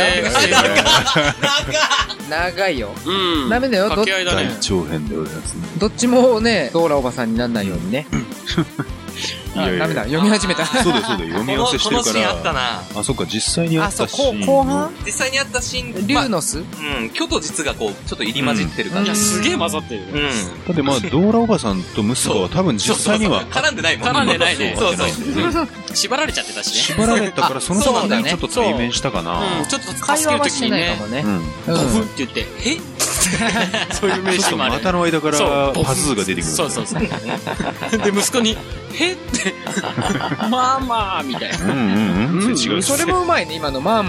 長いよ。ダメだよ。 掛け合いだね。 長編でございますね。 どっちもね、ドーラおばさんにならないようにね。ダメだ。読み始めた。 そうだよ。読み合わせしてるから。 このシーンあったな。 あ、そっか、実際にあったシーン。 後半実際にあったシーン。 リューノス？ 虚と実がこう、ちょっと入り混じってる感じ。 いや、すげえ混ざってる。 だってまあ、ドーラおばさんとムスカは多分実際には。 絡んでないもん。 絡んでないね。 そう。 縛られちゃってたしね。 縛られたから、その時にちょっと対面したかな。 ちょっと会話はしてないかもね。 ゴフンって言って、そういう名詞もある。 股の間からパズーが出てくる。 そう。で、息子に、へって、まあ、みたいな。 それもうまいね、今のまあ。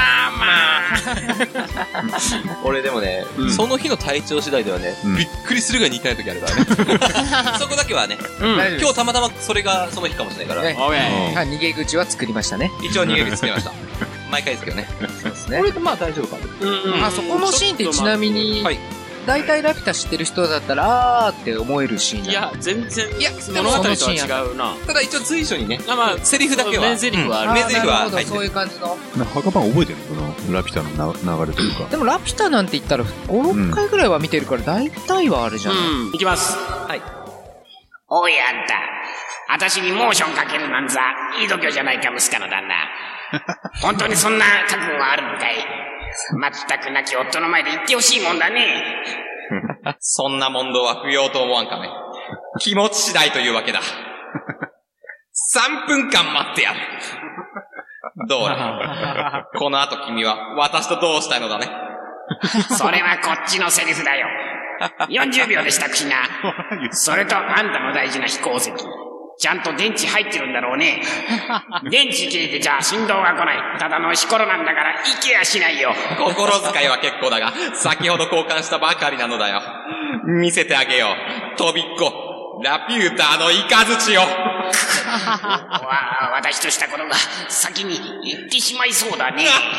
俺でもね、その日の体調次第ではね、びっくりするぐらい似てない時あるからね。そこだけはね、今日たまたまそれがその日かもしれないから。 逃げ口は作りましたね。 一応逃げ口作りました。毎回ですけどね。 そうですね。 これまあ大丈夫かな。そこのシーンってちなみに、大体ラピュタ知ってる人だったら、って思えるシーンなの。 いや、全然、物語とは違うな。 ただ一応随所にね、 セリフだけは。メンセリフはある。 メンセリフは入ってる。 そういう感じの。 墓場覚えてるのかなラピュタの流れというか。 でもラピュタなんて言ったら5、6回ぐらいは見てるから大体はあるじゃん。 いきます。 はい。 おいあんた。私にモーションかけるなんざ、いい度胸じゃないか、息子の旦那。本当にそんな覚悟があるのかい？まったく亡き夫の前で言ってほしいもんだね。 そんな問答は不要と思わんかね。気持ち次第というわけだ。3分間待ってやる。どうだこの後君は私とどうしたいのだね。 それはこっちのセリフだよ。40秒で支度しな。それとあんたの大事な飛行石。ちゃんと電池入ってるんだろうね。電池切れてじゃ振動が来ない。ただの石ころなんだから息やしないよ。 心遣いは結構だが、先ほど交換したばかりなのだよ。見せてあげよう。とびっこ、ラピューターのイカズチを。 私としたことが先に行ってしまいそうだね。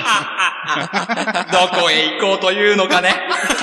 どこへ行こうというのかね。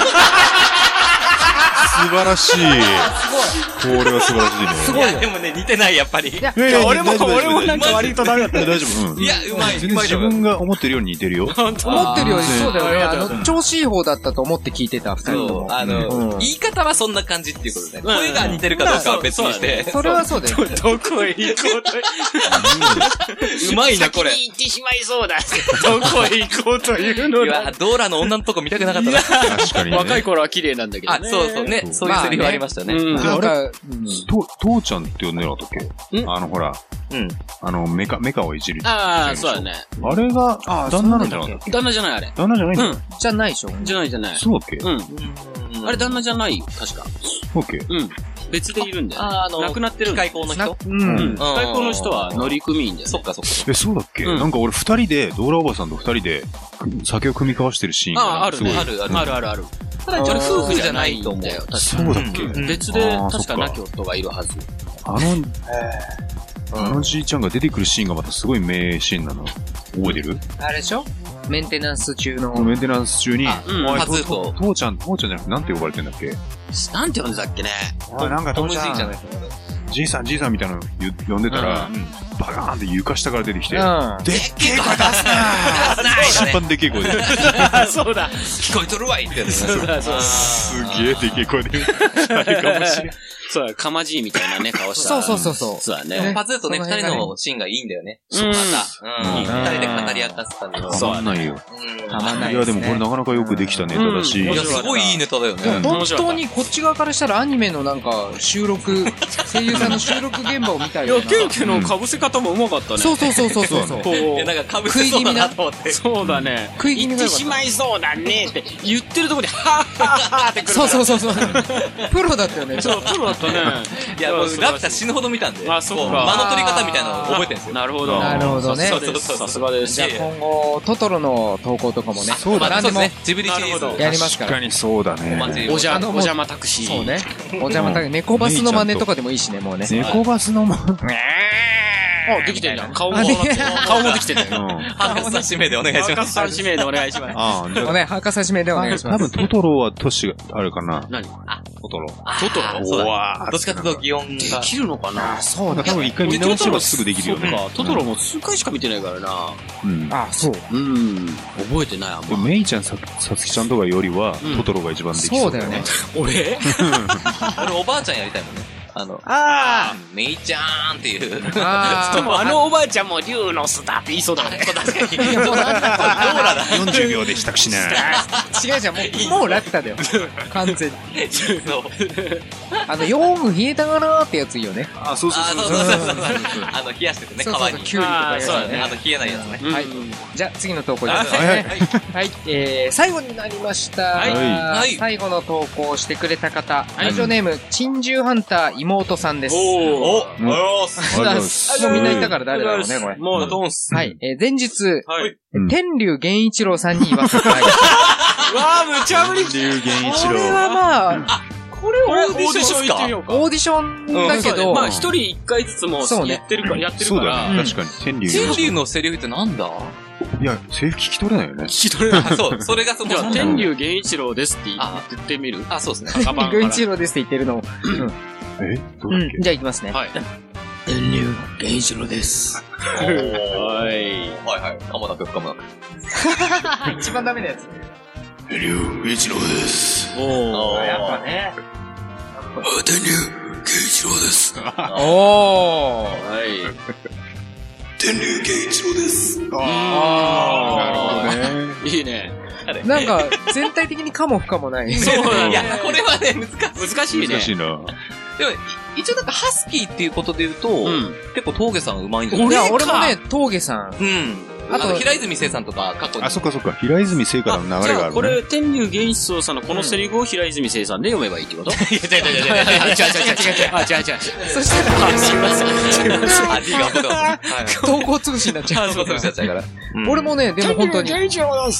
素晴らしい。これは素晴らしいね。 すごい。 でもね、似てない、やっぱり。いや、 俺もなんか割とダメだった。 大丈夫。 いや、うまい。 全然自分が思ってるように似てるよ。 思ってるよりそうだよね。調子いい方だったと思って聞いてた、二人とも。 言い方はそんな感じっていうことで。声が似てるかどうかは別にして。 それはそうだよ。 どこへ行こうと。 うまいな、これ。 先に行ってしまいそうだ。 どこへ行こうというのだ。 いや、ドーラの女のとこ見たくなかったな。 確かにね。 若い頃は綺麗なんだけどね。 そうね。そういうセリフありましたね。 あれ、父ちゃんって呼んでなかったっけ？ほら、メカをいじる。 ああ、そうだね。 あれが、旦那なんじゃなかったっけ？ 旦那じゃないあれ。 旦那じゃないんだ。 じゃないでしょ？ じゃない。 そうだっけ？ あれ旦那じゃないよ、確か。 そうだっけ？ 別でいるんだよ。亡くなってる。機械工の人？機械工の人は乗組員だよ。 そっか。 そうだっけ？なんか俺二人で、ドーラおばさんと二人で、酒を組み交わしてるシーンが。 あるね。ある。ただ一応夫婦じゃないんだよ、確か。 そうだっけ？ 別で、確か亡き夫がいるはず。 あのじいちゃんが出てくるシーンがまたすごい名シーンなの。覚えてる？ あれでしょ？メンテナンス中に、 父ちゃんじゃなくてなんて呼ばれてんだっけ？ なんて呼んでたっけね？ なんか父ちゃん。 じいさんみたいなの呼んでたら、バカーンって床下から出てきて、でっけえ声出すな一番でっけえ声で。 そうだ。 聞こえとるわいってやつ。 そうだ。 すげえでっけえ声で。あれかもしれん。 そうだ、かまじいみたいなね、顔した。 そう。 そうだね。 パズーとね、二人のシーンがいいんだよね。また。二人で語り明かす感じの。 たまんないよ。 たまんない。 いや、でもこれなかなかよくできたネタだし。 いや、すごいいいネタだよね。 本当にこっち側からしたらアニメのなんか収録、声優さんの収録現場を見たいような。 いや、ケンケの被せ方もうまかったね。 そう。 いや、なんか被せそうだなと思って。 そうだね。 食い気味言ってしまいそうだねって言ってるとこで、はぁはぁはぁってくる。 そう。プロだったよね。 そう、プロだったね。 いや、もうラピュタ死ぬほど見たんで。 あ、そうか。 間の取り方みたいなのを覚えてるんですよ。 なるほどね。さすがです。 じゃあ今後、トトロの投稿とかもね。 そうだね。ジブリシリーズやりますから。 確かにそうだね。 お邪魔タクシー。 そうね。お邪魔タクシー。猫バスの真似とかでもいいしね、もうね。 猫バスの真似。 あ、できてんじゃん。顔もできてんだよ。 博士さん指名でお願いします。 博士さん指名でお願いします。 ああ、じゃあ。 ね、博士指名でお願いします。 多分トトロは年があるかな。 何？ トトロ。 そうだ。どっちかというと擬音が。 できるのかな？ そうだ。 多分一回見直せばすぐできるよね。 トトロも数回しか見てないからな。 あ、そう。 覚えてないあんま。 メイちゃん、さつきちゃんとかよりは、トトロが一番できそう。 そうだよね。 俺おばあちゃんやりたいもんね。メイちゃーんっていう。でもおばあちゃんも竜の巣だって言いそうだね。 確かに。どうだ 40秒で支度しない。 違うじゃん、もうラピュタだよ。完全に。ヨウム冷えたかなーってやついいよね。 あ、そう。 冷やしててね、川に。 キュウリとかそうだね。冷えないやつね。 はい。じゃあ次の投稿ですね。はい。最後になりました。最後の投稿をしてくれた方。ラジオネーム、珍獣ハンター妹さんです。もうみんな言ったから誰だろうね、これ。 もうドンス。 はい。前日、天竜源一郎さんに言わせたい。 わー、むちゃぶり。 天竜源一郎。 これはまあ、これオーディション行ってみようか。 オーディションだけど、 まあ一人一回ずつもやってるから。 そうだね、確かに。 天竜のセリフってなんだ？ いや、セリフ聞き取れないよね。 聞き取れない。 そう、それがその。 じゃあ、天竜源一郎ですって言ってみる？ あ、そうですね。 天竜源一郎ですって言ってるのを。 どうだっけ？ じゃあ行きますね。 はい。 天竜源一郎です。 はい。 鎌田くん。 一番ダメなやつ。 天竜源一郎です。 やっぱね。 天竜源一郎です。 はい。 天竜源一郎です。 なるほどね。いいね。 なんか、全体的にかも不可もない。 そうなんだ。いや、これはね、 難しいね。 難しいな。 でも、一応なんかハスキーっていうことで言うと、結構峠さん上手いんだよね。俺もね、峠さん。 あと、平泉聖さんとか過去に。 あ、そっか。平泉聖からの流れがあるね。 これ、天竜源一郎さんのこのセリフを平泉聖さんで読めばいいってこと？いや、違う。 そしたら、すいません。投稿潰しになっちゃう。 投稿潰しになっちゃうから。 俺もね、でも本当に。 いや、違う。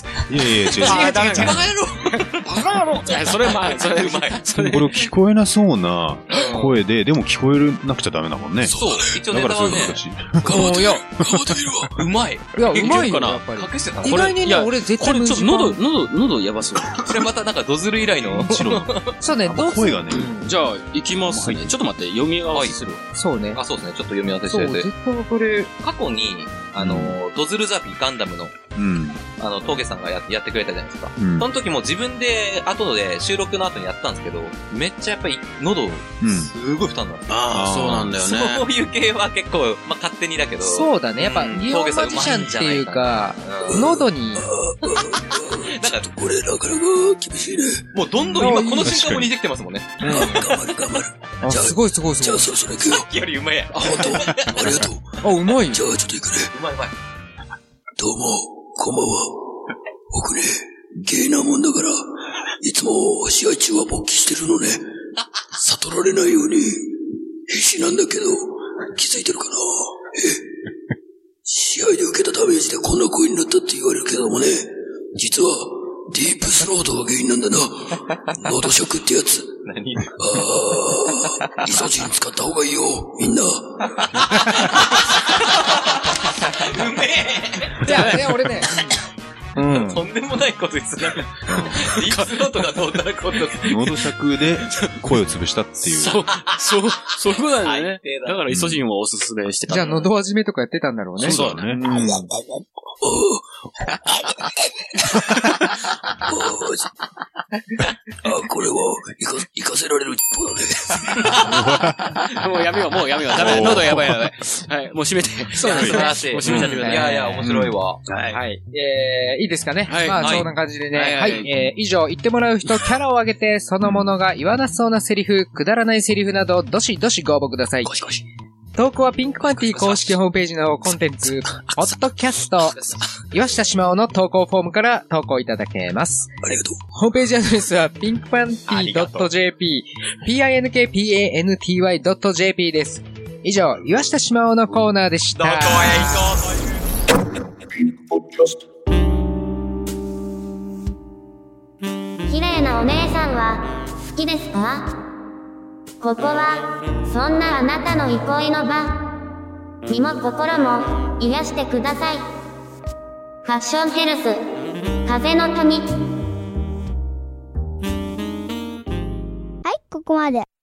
バカ野郎それうまい。 これ聞こえなそうな声で、でも聞こえなくちゃダメだもんね。 そう。一応だからそういう難しい。 うまい。 いや、うまいよ、やっぱり。 隠してた意外にね、俺絶対これちょっと喉やばそう。 これまたなんかドズル以来の。 そうね、 声がね。 じゃあ、行きますね。ちょっと待って、読み合わせする。 そうね。 あ、そうですね。ちょっと読み合わせしてて。 絶対これ。 過去に、ドズルザビガンダムの、峠さんがやってくれたじゃないですか。その時も自分で、後で収録の後にやったんですけど、めっちゃやっぱり喉、すごい負担だった。 ああ、そうなんだよね。 そういう系は結構、まあ勝手にだけど。 そうだね。やっぱ、リオマジシャンっていうか、喉に、 なんか、 これなかなか厳しいね。 もうどんどん今この瞬間も似てきてますもんね。 頑張る。 あ、すごい。 じゃあそろそろ行くよ。 さっきよりうまいや。 あ、本当。ありがとう。 あ、うまいよ。 じゃあちょっと行くね。 うまい。 どうも、こんばんは。僕ね、ゲイなもんだから、いつも試合中は勃起してるのね。悟られないように、必死なんだけど、気づいてるかな？試合で受けたダメージでこんな声になったって言われるけどもね、実は、ディープスロートが原因なんだな。喉食ってやつ。 何？ イソジン使った方がいいよ、みんな。 うめえ。 じゃあね、俺ね、 とんでもないことです。ディープスロートがどんなこと。 喉尺で声を潰したっていう。 そういうことなんだよね。だからイソジンをおすすめしてた。 じゃあ喉始めとかやってたんだろうね。 そうだね。 これは、行かせられるもうやめよう。ダメ。喉やばい。はい、もう閉めて。 そうですね。 素晴らしい。 もう閉めちゃってください。 いや、面白いわ。 はい。いいですかね。 はい。 まあ、そんな感じでね。はい。以上、言ってもらう人、キャラを挙げて、そのものが言わなそうなセリフ、くだらないセリフなど、どしどしご応募ください。投稿はピンクパンティ公式ホームページのコンテンツ、ポッドキャスト、岩下しまおの投稿フォームから投稿いただけます。 ありがとう。 ホームページアドレスは pinkpanty.jp、pinkpanty.jp です。以上、岩下しまおのコーナーでした。 綺麗なお姉さんは好きですか？ここは、そんなあなたの憩いの場。身も心も癒してください。ファッションヘルス、風の谷。はい、ここまで。